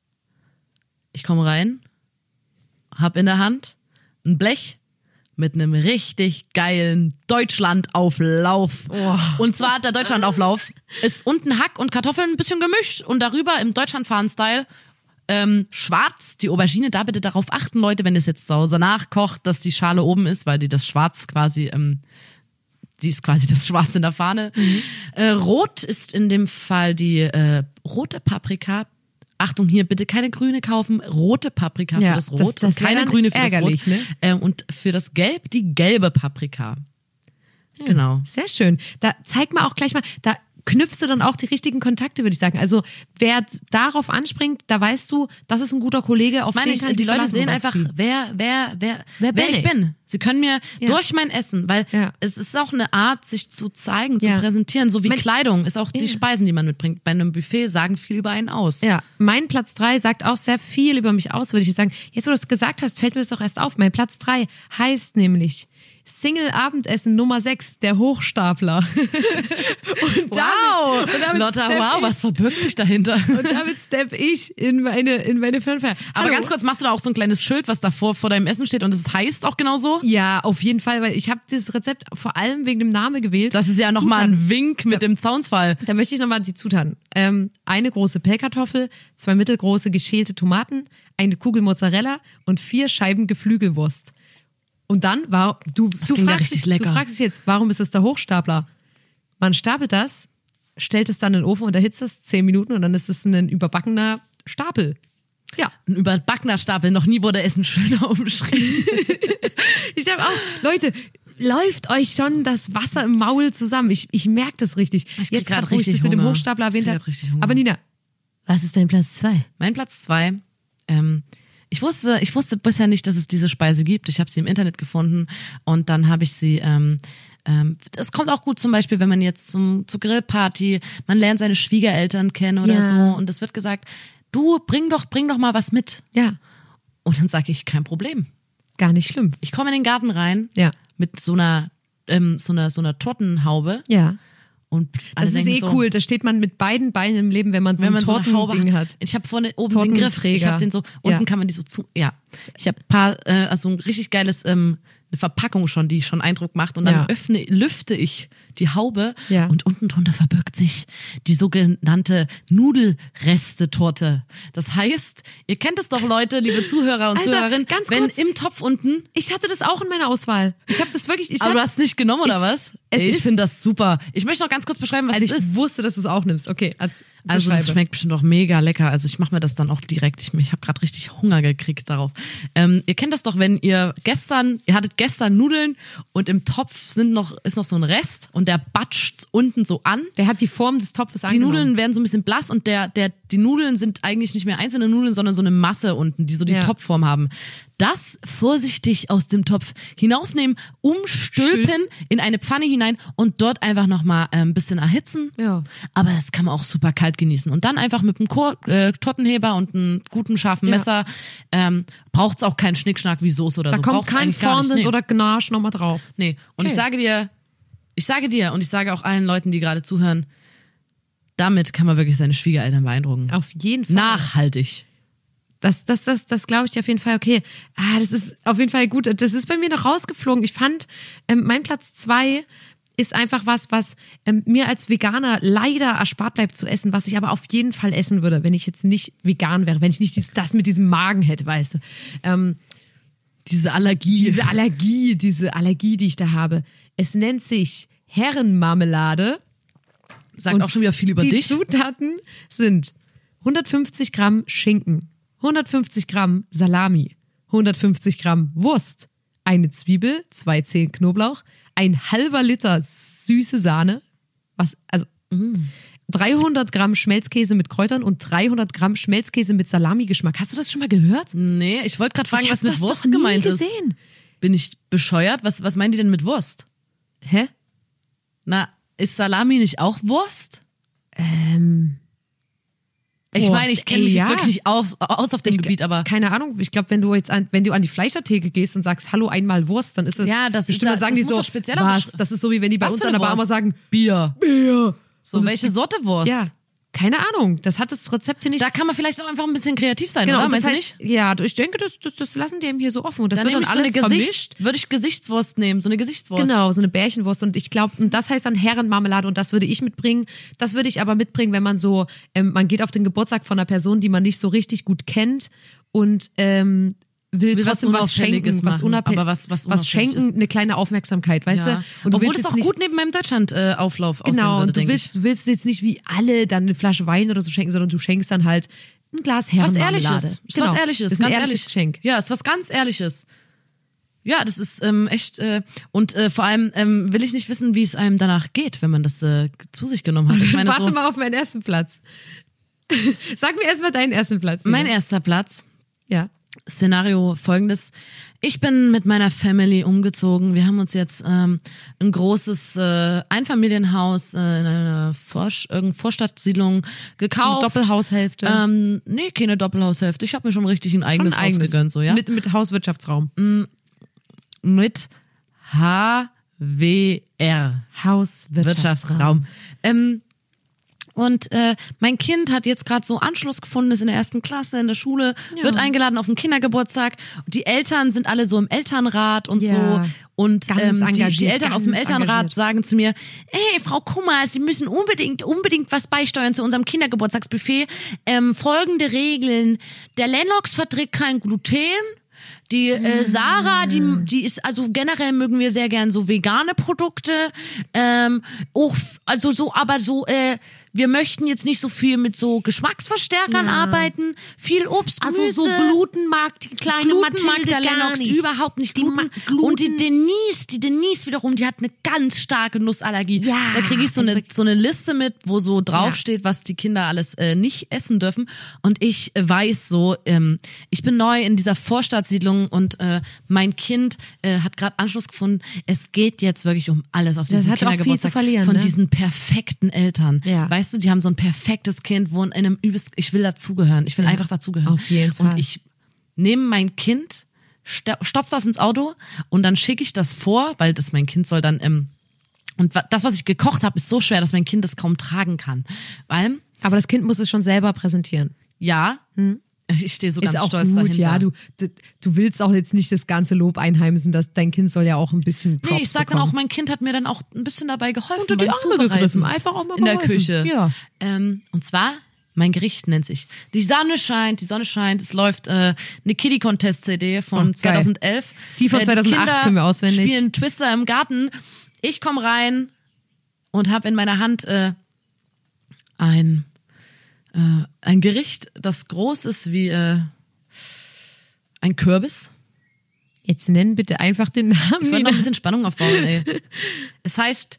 Ich komme rein, hab in der Hand ein Blech mit einem richtig geilen Deutschlandauflauf. Oh. Und zwar der Deutschlandauflauf ist unten Hack und Kartoffeln ein bisschen gemischt und darüber im Deutschlandfahren-Style ähm, schwarz, die Aubergine, da bitte darauf achten, Leute, wenn es jetzt zu Hause nachkocht, dass die Schale oben ist, weil die das Schwarz quasi, ähm, die ist quasi das Schwarz in der Fahne. Mhm. Äh, rot ist in dem Fall die äh, rote Paprika. Achtung, hier bitte keine grüne kaufen, rote Paprika Ja, für das Rot das- das und keine wär dann grüne für ärgerlich, das Rot. ne? Ähm, und für das Gelb die gelbe Paprika. Genau. Sehr schön. Da zeig mal auch gleich mal, da knüpfst du dann auch die richtigen Kontakte, würde ich sagen. Also wer darauf anspringt, da weißt du, das ist ein guter Kollege, auf Ich meine, den ich, kann ich die Leute verlassen, sehen sagt einfach, sie. wer, wer, wer, Wer bin ich, ich? bin. Sie können mir Ja. durch mein Essen, weil Ja. es ist auch eine Art, sich zu zeigen, zu Ja. präsentieren, so wie Mein- Kleidung, ist auch die Ja. Speisen, die man mitbringt. Bei einem Buffet sagen viel über einen aus. Ja, mein Platz drei sagt auch sehr viel über mich aus, würde ich sagen. Jetzt, wo du das gesagt hast, fällt mir das doch erst auf. Mein Platz drei heißt nämlich Single-Abendessen Nummer sechs, der Hochstapler. Und Wow, und damit Lotta, stepp wow, ich- was verbirgt sich dahinter? Und damit stepp ich in meine, in meine Firmenfeier. Aber Hallo. ganz kurz, machst du da auch so ein kleines Schild, was davor vor deinem Essen steht und es heißt auch genau so? Ja, auf jeden Fall, weil ich habe dieses Rezept vor allem wegen dem Namen gewählt. Das ist ja nochmal Zutaten. ein Wink mit dem Zaunsfall. Da möchte ich nochmal die Zutaten. Ähm, eine große Pellkartoffel, zwei mittelgroße geschälte Tomaten, eine Kugel Mozzarella und vier Scheiben Geflügelwurst. Und dann war, du, du, klingt ja fragst richtig dich, lecker. du fragst dich jetzt, warum ist es der Hochstapler? Man stapelt das, stellt es dann in den Ofen und erhitzt es zehn Minuten und dann ist es ein überbackener Stapel. Ja. Ein überbackener Stapel, noch nie wurde Essen schöner umschrieben. Ich habe auch, Leute, läuft euch schon das Wasser im Maul zusammen. Ich, ich merke das richtig. Ich krieg Jetzt grad gerade, wo ich das richtig mit dem Hunger. Hochstapler Ich erwähnt krieg habe. grad richtig Hunger. Aber Nina, was ist dein Platz zwei? Mein Platz zwei, ähm, ich wusste, ich wusste bisher nicht, dass es diese Speise gibt. Ich habe sie im Internet gefunden und dann habe ich sie. Ähm, ähm, das kommt auch gut, zum Beispiel, wenn man jetzt zum zur Grillparty, man lernt seine Schwiegereltern kennen oder Ja. so und es wird gesagt, du bring doch, bring doch mal was mit. Ja, Und dann sage ich, kein Problem. gar nicht schlimm. Ich komme in den Garten rein Ja. mit so einer, ähm, so einer, so einer Tortenhaube Ja. Und alle Das ist denken eh so, cool. Da steht man mit beiden Beinen im Leben, wenn man so wenn ein man so eine Haube Tortending hat. Ich habe vorne oben den Griff. Ich Tortenträger. habe den so, unten Ja. kann man die so zu, ja. Ich habe paar, äh, also ein richtig geiles, ähm, eine Verpackung schon, die schon Eindruck macht. Und dann Ja. öffne, lüfte ich die Haube Ja. und unten drunter verbirgt sich die sogenannte Nudelreste-Torte. Das heißt, ihr kennt es doch, Leute, liebe Zuhörer und Alter, Zuhörerinnen, ganz wenn kurz. im Topf unten, Ich hatte das auch in meiner Auswahl. Ich habe das wirklich. Ich aber hab, du hast nicht genommen, oder ich- was? es Ey, ich ist- finde das super. Ich möchte noch ganz kurz beschreiben, was also es ich ist. wusste, dass du es auch nimmst. Okay, als Also das beschreibe. schmeckt bestimmt auch mega lecker. Also ich mache mir das dann auch direkt. Ich, ich habe gerade richtig Hunger gekriegt darauf. Ähm, ihr kennt das doch, wenn ihr gestern, ihr hattet gestern Nudeln und im Topf sind noch, ist noch so ein Rest und der batscht unten so an. Der hat die Form des Topfes Die angenommen. Nudeln werden so ein bisschen blass und der, der, die Nudeln sind eigentlich nicht mehr einzelne Nudeln, sondern so eine Masse unten, die so die Ja. Topfform haben. Das vorsichtig aus dem Topf hinausnehmen, umstülpen in eine Pfanne hinein und dort einfach nochmal äh, ein bisschen erhitzen. Ja. Aber das kann man auch super kalt genießen. Und dann einfach mit einem Kor äh, Tortenheber und einem guten scharfen Ja. Messer ähm, braucht's auch keinen Schnickschnack wie Soße oder Da so. kommt Braucht's kein eigentlich gar nicht. Fondant Nee. oder Ganache nochmal drauf. Nee. Und Okay. ich sage dir, ich sage dir und ich sage auch allen Leuten, die gerade zuhören, damit kann man wirklich seine Schwiegereltern beeindrucken. Auf jeden Fall. Nachhaltig. Das, das, das, das glaube ich dir auf jeden Fall. Okay, ah, das ist auf jeden Fall gut. Das ist bei mir noch rausgeflogen. Ich fand, ähm, mein Platz zwei ist einfach was, was ähm, mir als Veganer leider erspart bleibt zu essen, was ich aber auf jeden Fall essen würde, wenn ich jetzt nicht vegan wäre, wenn ich nicht dies, das mit diesem Magen hätte, weißt du. Ähm, Diese Allergie. diese Allergie, diese Allergie, die ich da habe. Es nennt sich Herrenmarmelade. sagt Und auch schon wieder viel über die dich. Zutaten sind hundertfünfzig Gramm Schinken, hundertfünfzig Gramm Salami, hundertfünfzig Gramm Wurst, eine Zwiebel, zwei Zehen Knoblauch, ein halber Liter süße Sahne, was, also dreihundert Gramm Schmelzkäse mit Kräutern und dreihundert Gramm Schmelzkäse mit Salami-Geschmack. Hast du das schon mal gehört? Nee, ich wollte gerade fragen, Ich was hab mit das Wurst noch nie gemeint ist. gesehen. Bin ich bescheuert? Was, was meinen die denn mit Wurst? Hä? Na, ist Salami nicht auch Wurst? Ähm, Ich Boah, meine, ich kenne ey, mich ja. jetzt wirklich nicht auf, aus auf dem ich, Gebiet, aber keine Ahnung. Ich glaube, wenn du jetzt an, wenn du an die Fleischertheke gehst und sagst, hallo, einmal Wurst, dann ist das Ja, das- bestimmt, da- dann sagen das die muss so, doch spezieller was? besch- Das ist so, wie wenn die bei Was uns für an eine der Bar immer Wurst? sagen, Bier. Bier. So, Und das welche gibt- Sorte Wurst? Ja, keine Ahnung. Das hat das Rezept hier nicht. Da kann man vielleicht auch einfach ein bisschen kreativ sein, genau, oder? und das Meinst heißt, du nicht? ja, ich denke, das, das, das lassen die ihm hier so offen. Und das Dann wird nehme dann ich so eine alles Gesicht, vermischt. würde ich Gesichtswurst nehmen, so eine Gesichtswurst. Genau, so eine Bärchenwurst. Und ich glaube, und das heißt dann Herrenmarmelade und das würde ich mitbringen. Das würde ich aber mitbringen, wenn man so, ähm, man geht auf den Geburtstag von einer Person, die man nicht so richtig gut kennt und ähm, will, Will was trotzdem was Unauffälliges schenken, was machen, unabhängig, aber was- was was unauffällig schenken, ist. eine kleine Aufmerksamkeit, weißt Ja. du? Und du Obwohl willst es jetzt auch nicht, gut neben meinem Deutschland-Auflauf aussehen genau, würde, und du denke willst, ich. du willst jetzt nicht wie alle dann eine Flasche Wein oder so schenken, sondern du schenkst dann halt ein Glas Was Herrenmarmelade. Ehrliches. Ist Genau. was Ehrliches. Das ist ein ganz ehrliches ehrlich. Geschenk. Ja, ist was ganz Ehrliches. Ja, das ist ähm, echt äh, und äh, vor allem ähm, will ich nicht wissen, wie es einem danach geht, wenn man das äh, zu sich genommen hat. Ich meine, Warte so, mal auf meinen ersten Platz. Sag mir erstmal deinen ersten Platz. mein Nina. erster Platz. Ja. Szenario folgendes. Ich bin mit meiner Family umgezogen. Wir haben uns jetzt ähm, ein großes äh, Einfamilienhaus äh, in einer Vorsch irgendeine Vorstadtsiedlung gekauft. Eine Doppelhaushälfte. Ähm, nee, keine Doppelhaushälfte. Ich habe mir schon richtig ein eigenes, Schon ein Haus gegönnt. So, ja? Mit, mit Hauswirtschaftsraum. mit H W R. Hauswirtschaftsraum. Wirtschaftsraum. Ähm, und äh, mein Kind hat jetzt gerade so Anschluss gefunden, ist in der ersten Klasse in der Schule, Ja. wird eingeladen auf den Kindergeburtstag. Die Eltern sind alle so im Elternrat und Ja. so. Und Ganz ähm, die, engagiert, die Eltern aus dem ganz Elternrat engagiert. sagen zu mir, hey, Frau Kummer, Sie müssen unbedingt, unbedingt was beisteuern zu unserem Kindergeburtstagsbuffet. Ähm, folgende Regeln. Der Lennox verträgt kein Gluten. Die äh, Sarah, die, die ist, also generell mögen wir sehr gern so vegane Produkte. Ähm, auch, also so, aber so, äh, wir möchten jetzt nicht so viel mit so Geschmacksverstärkern Ja. arbeiten. Viel Obst, Gemüse. Also so Gluten mag die kleine Gluten mag Mathilde der gar Lennox nicht. überhaupt nicht. Die Gluten. mag Gluten. Und die Denise, die Denise wiederum, die hat eine ganz starke Nussallergie. Ja, Da kriege ich so also eine, wirklich- so eine Liste mit, wo so draufsteht, was die Kinder alles äh, nicht essen dürfen. Und ich äh, weiß so, ähm, ich bin neu in dieser Vorstadtsiedlung und äh, mein Kind äh, hat gerade Anschluss gefunden. Es geht jetzt wirklich um alles auf Das diesem hat auch viel zu Kindergeburtstag verlieren, von ne? diesen perfekten Eltern. Ja. Weißt du, die haben so ein perfektes Kind, wohnen in einem übelst, ich will dazugehören. Ich will einfach dazugehören. auf jeden Fall. Und ich nehme mein Kind, sta- stopf das ins Auto und dann schicke ich das vor, weil das mein Kind soll dann ähm, Und das, was ich gekocht habe, ist so schwer, dass mein Kind das kaum tragen kann. Weil, Aber das Kind muss es schon selber präsentieren. ja, hm? ich stehe so Ist ganz auch stolz gut, dahinter. ja. Du, du, du willst auch jetzt nicht das ganze Lob einheimsen, dass dein Kind soll ja auch ein bisschen Props Nee, ich sag bekommen. dann auch, mein Kind hat mir dann auch ein bisschen dabei geholfen. Unter die beim Arme Zubereiten. gegriffen, einfach auch mal in der geholfen. Küche. Ja. Ähm, und zwar, mein Gericht nennt sich Die Sonne scheint, die Sonne scheint. Es läuft äh, eine Kitty Contest C D von Oh, geil. zweitausendelf. Die von zweitausendacht Kinder können wir auswendig. Spielen Twister im Garten. Ich komme rein und habe in meiner Hand äh, ein äh, ein Gericht, das groß ist wie äh, ein Kürbis. Jetzt nenn bitte einfach den Namen. Ich wollte noch ein bisschen Spannung aufbauen, ey. Es heißt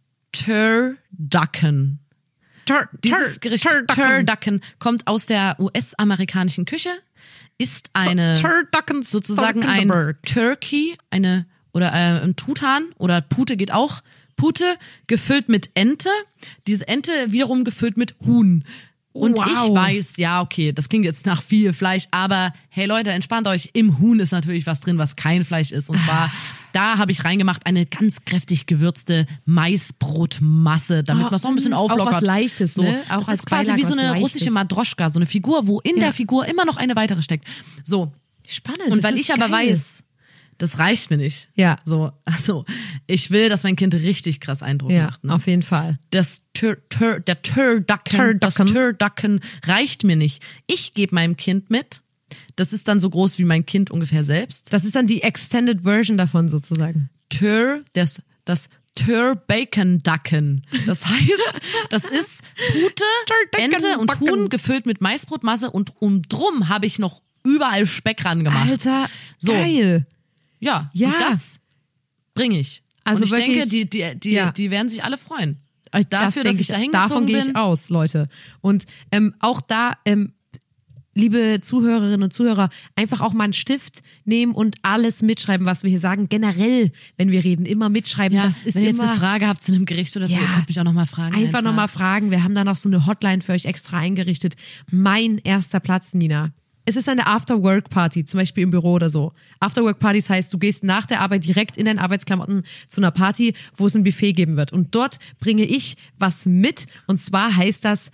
Turducken. Tur, Dieses Gericht Turducken kommt aus der U S-amerikanischen Küche, ist eine Turducken sozusagen ein Turkey, eine oder äh, ein Truthahn oder Pute geht auch. Pute gefüllt mit Ente, diese Ente wiederum gefüllt mit Huhn. Und Wow. ich weiß, ja, okay, das klingt jetzt nach viel Fleisch, aber hey Leute, entspannt euch, im Huhn ist natürlich was drin, was kein Fleisch ist. Und zwar, da habe ich reingemacht eine ganz kräftig gewürzte Maisbrotmasse, damit Oh, man es noch ein bisschen mm, auch auflockert. was Leichtes, so. ne? Auch das als ist quasi Beilage wie so was eine Leichtes. russische Madroschka, so eine Figur, wo in Ja. der Figur immer noch eine weitere steckt. So. Spannend. Und das weil ist ich aber geil. weiß, das reicht mir nicht. Ja. So, also, ich will, dass mein Kind richtig krass Eindruck Ja, macht. Ne? auf jeden Fall. Das Tur, Tur, der Turducken, das Turducken. Turducken reicht mir nicht. Ich gebe meinem Kind mit, das ist dann so groß wie mein Kind ungefähr selbst. Das ist dann die Extended Version davon sozusagen. Tur, das, das Tur-Bacon-Ducken. Das heißt, das ist Pute, Turducken, Ente und Backen. Huhn gefüllt mit Maisbrotmasse und um drum habe ich noch überall Speck ran gemacht. Alter, So. geil. Ja, Ja. und das bringe ich. Also und ich wirklich- denke, die, die, die, Ja. die werden sich alle freuen. Das Dafür, denk dass ich da hingezogen Davon gehe ich bin. aus, Leute. Und ähm, auch da, ähm, liebe Zuhörerinnen und Zuhörer, einfach auch mal einen Stift nehmen und alles mitschreiben, was wir hier sagen. Generell, wenn wir reden, immer mitschreiben. Ja, das ist wenn ihr jetzt immer eine Frage habt zu einem Gericht oder so, Ja. ihr könnt mich auch nochmal fragen. einfach nochmal fragen. Wir haben da noch so eine Hotline für euch extra eingerichtet. Mein erster Platz, Nina. Es ist eine After-Work-Party, zum Beispiel im Büro oder so. After-Work-Partys heißt, du gehst nach der Arbeit direkt in deinen Arbeitsklamotten zu einer Party, wo es ein Buffet geben wird. Und dort bringe ich was mit. Und zwar heißt das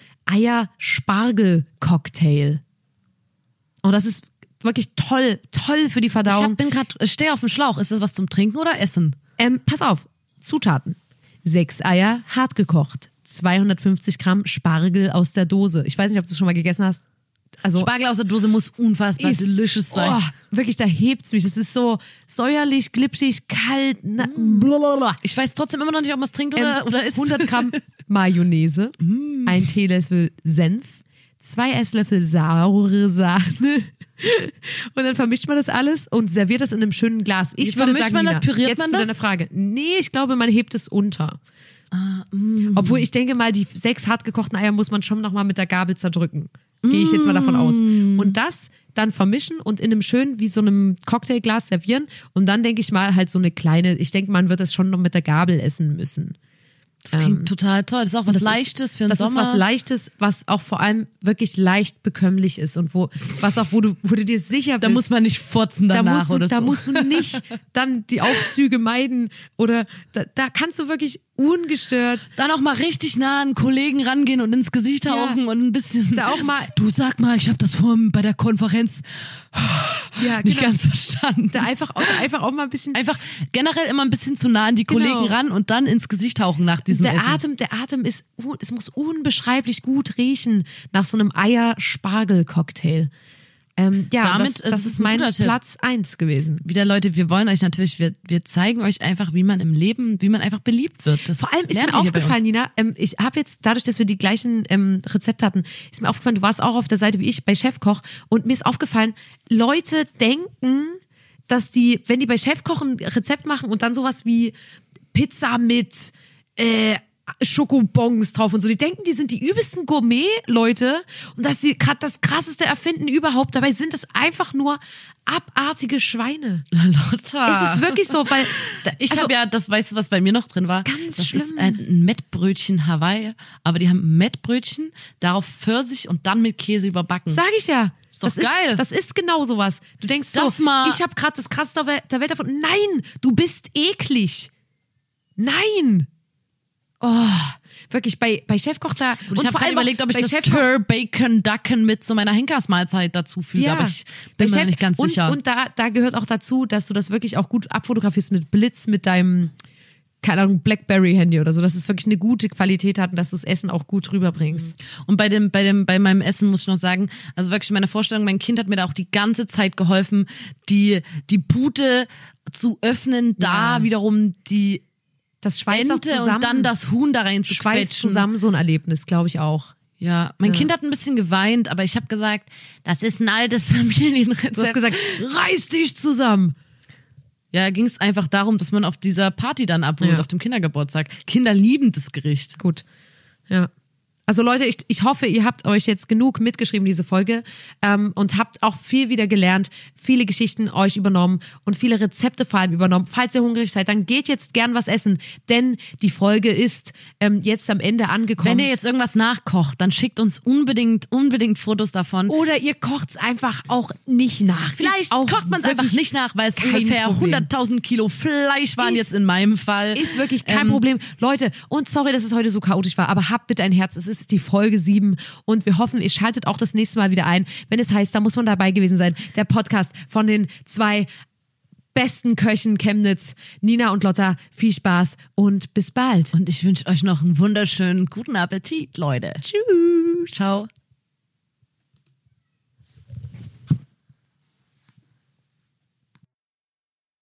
Eier-Spargel-Cocktail. Und das ist wirklich toll, toll für die Ich Verdauung. hab, bin gerade, stehe auf dem Schlauch. Ist das was zum Trinken oder Essen? Ähm, pass auf, Zutaten. Sechs Eier, hart gekocht. zweihundertfünfzig Gramm Spargel aus der Dose. Ich weiß nicht, ob du es schon mal gegessen hast. Also Spargel aus der Dose muss unfassbar ist, delicious sein. Oh, wirklich, da hebt's mich. Es ist so säuerlich, glitschig, kalt. Na, blablabla. Ich weiß trotzdem immer noch nicht, ob man es trinkt oder, Ähm, oder isst. hundert Gramm Mayonnaise, ein Teelöffel Senf, zwei Esslöffel saure Sahne. Und dann vermischt man das alles und serviert das in einem schönen Glas. Ich Wie würde vermischt sagen, man das? Nina, Püriert jetzt man zu das? deiner Frage. Nee, ich glaube, man hebt es unter. Obwohl ich denke mal, die sechs hart gekochten Eier muss man schon nochmal mit der Gabel zerdrücken. Gehe ich jetzt mal davon aus. Und das dann vermischen und in einem schönen, wie so einem Cocktailglas servieren. Und dann denke ich mal halt so eine kleine, ich denke, man wird das schon noch mit der Gabel essen müssen. Das klingt total toll. Das ist auch was Das Leichtes ist, für den das Sommer. ist was Leichtes, was auch vor allem wirklich leicht bekömmlich ist und wo, was auch, wo du, wo du dir sicher bist. Da muss man nicht furzen da danach musst du, oder da so. musst du nicht dann die Aufzüge meiden oder da, da kannst du wirklich ungestört Dann auch mal richtig nah an einen Kollegen rangehen und ins Gesicht tauchen Ja. und ein bisschen. Da auch mal- Du sag mal, ich habe das vorhin bei der Konferenz ja, nicht genau, ganz verstanden. da einfach, auch, da einfach auch mal ein bisschen Einfach generell immer ein bisschen zu nah an die Genau. Kollegen ran und dann ins Gesicht tauchen nach diesem der Essen. Atem, der Atem ist, un- es muss unbeschreiblich gut riechen nach so einem Eier-Spargel-Cocktail. Ähm, ja, Damit das, ist das es ist ein mein guter Tipp. Platz eins gewesen. Wieder Leute, wir wollen euch natürlich, wir, wir zeigen euch einfach, wie man im Leben, wie man einfach beliebt wird. Das Vor allem ist lernt mir ihr hier bei aufgefallen, uns. Nina, ähm, ich habe jetzt, dadurch, dass wir die gleichen ähm, Rezepte hatten, ist mir aufgefallen, du warst auch auf der Seite wie ich bei Chefkoch und mir ist aufgefallen, Leute denken, dass die, wenn die bei Chefkoch ein Rezept machen und dann sowas wie Pizza mit äh, Schokobons drauf und so, die denken, die sind die übelsten Gourmet-Leute und dass sie gerade das krasseste erfinden überhaupt. Dabei sind es einfach nur abartige Schweine. Lotta. Es ist wirklich so, weil Ich also, habe ja, das weißt du, was bei mir noch drin war? Ganz das schlimm. ist ein Mettbrötchen Hawaii, aber die haben Mettbrötchen, darauf Pfirsich und dann mit Käse überbacken. Sag ich ja. Ist doch das geil. Ist, das ist genau sowas. Du denkst so, Das mal- ich habe gerade das Krasseste der Welt, der Welt davon. Nein, du bist eklig. Nein. Oh, wirklich, bei, bei Chefkoch da. Und ich habe vor gerade allem auch überlegt, ob ich bei das Chefkoch- Tur Bacon Ducken mit zu meiner Henkersmahlzeit dazu füge, aber ich bin mir Chef- nicht ganz und, sicher. Und da, da gehört auch dazu, dass du das wirklich auch gut abfotografierst mit Blitz, mit deinem, keine Ahnung, Blackberry-Handy oder so, dass es wirklich eine gute Qualität hat und dass du das Essen auch gut rüberbringst. Und bei dem, bei dem, bei meinem Essen muss ich noch sagen, also wirklich meine Vorstellung, mein Kind hat mir da auch die ganze Zeit geholfen, die, die Pute zu öffnen, da Ja. wiederum die Das schweißt auch Ente zusammen. und dann das Huhn da rein zu schweißt quetschen. zusammen so ein Erlebnis, glaube ich auch. Ja, mein Kind hat ein bisschen geweint, aber ich habe gesagt, das ist ein altes Familienrezept. Du hast gesagt, reiß dich zusammen. Ja, ging es einfach darum, dass man auf dieser Party dann abholt, Ja. auf dem Kindergeburtstag. Kinder lieben das Gericht. Gut. Ja. Also Leute, ich, ich hoffe, ihr habt euch jetzt genug mitgeschrieben, diese Folge, ähm, und habt auch viel wieder gelernt, viele Geschichten euch übernommen und viele Rezepte vor allem übernommen. Falls ihr hungrig seid, dann geht jetzt gern was essen, denn die Folge ist ähm, jetzt am Ende angekommen. Wenn ihr jetzt irgendwas nachkocht, dann schickt uns unbedingt, unbedingt Fotos davon. Oder ihr kocht's einfach auch nicht nach. Vielleicht Ist auch kocht man es einfach wirklich nicht nach, weil es kein ungefähr Problem. hunderttausend Kilo Fleisch waren Ist- jetzt in meinem Fall. Ist wirklich kein Ähm, Problem. Leute, und sorry, dass es heute so chaotisch war, aber habt bitte ein Herz. Es ist die Folge sieben und wir hoffen, ihr schaltet auch das nächste Mal wieder ein, wenn es heißt, da muss man dabei gewesen sein. Der Podcast von den zwei besten Köchen Chemnitz, Nina und Lotta. Viel Spaß und bis bald. Und ich wünsche euch noch einen wunderschönen guten Appetit, Leute. Tschüss. Ciao.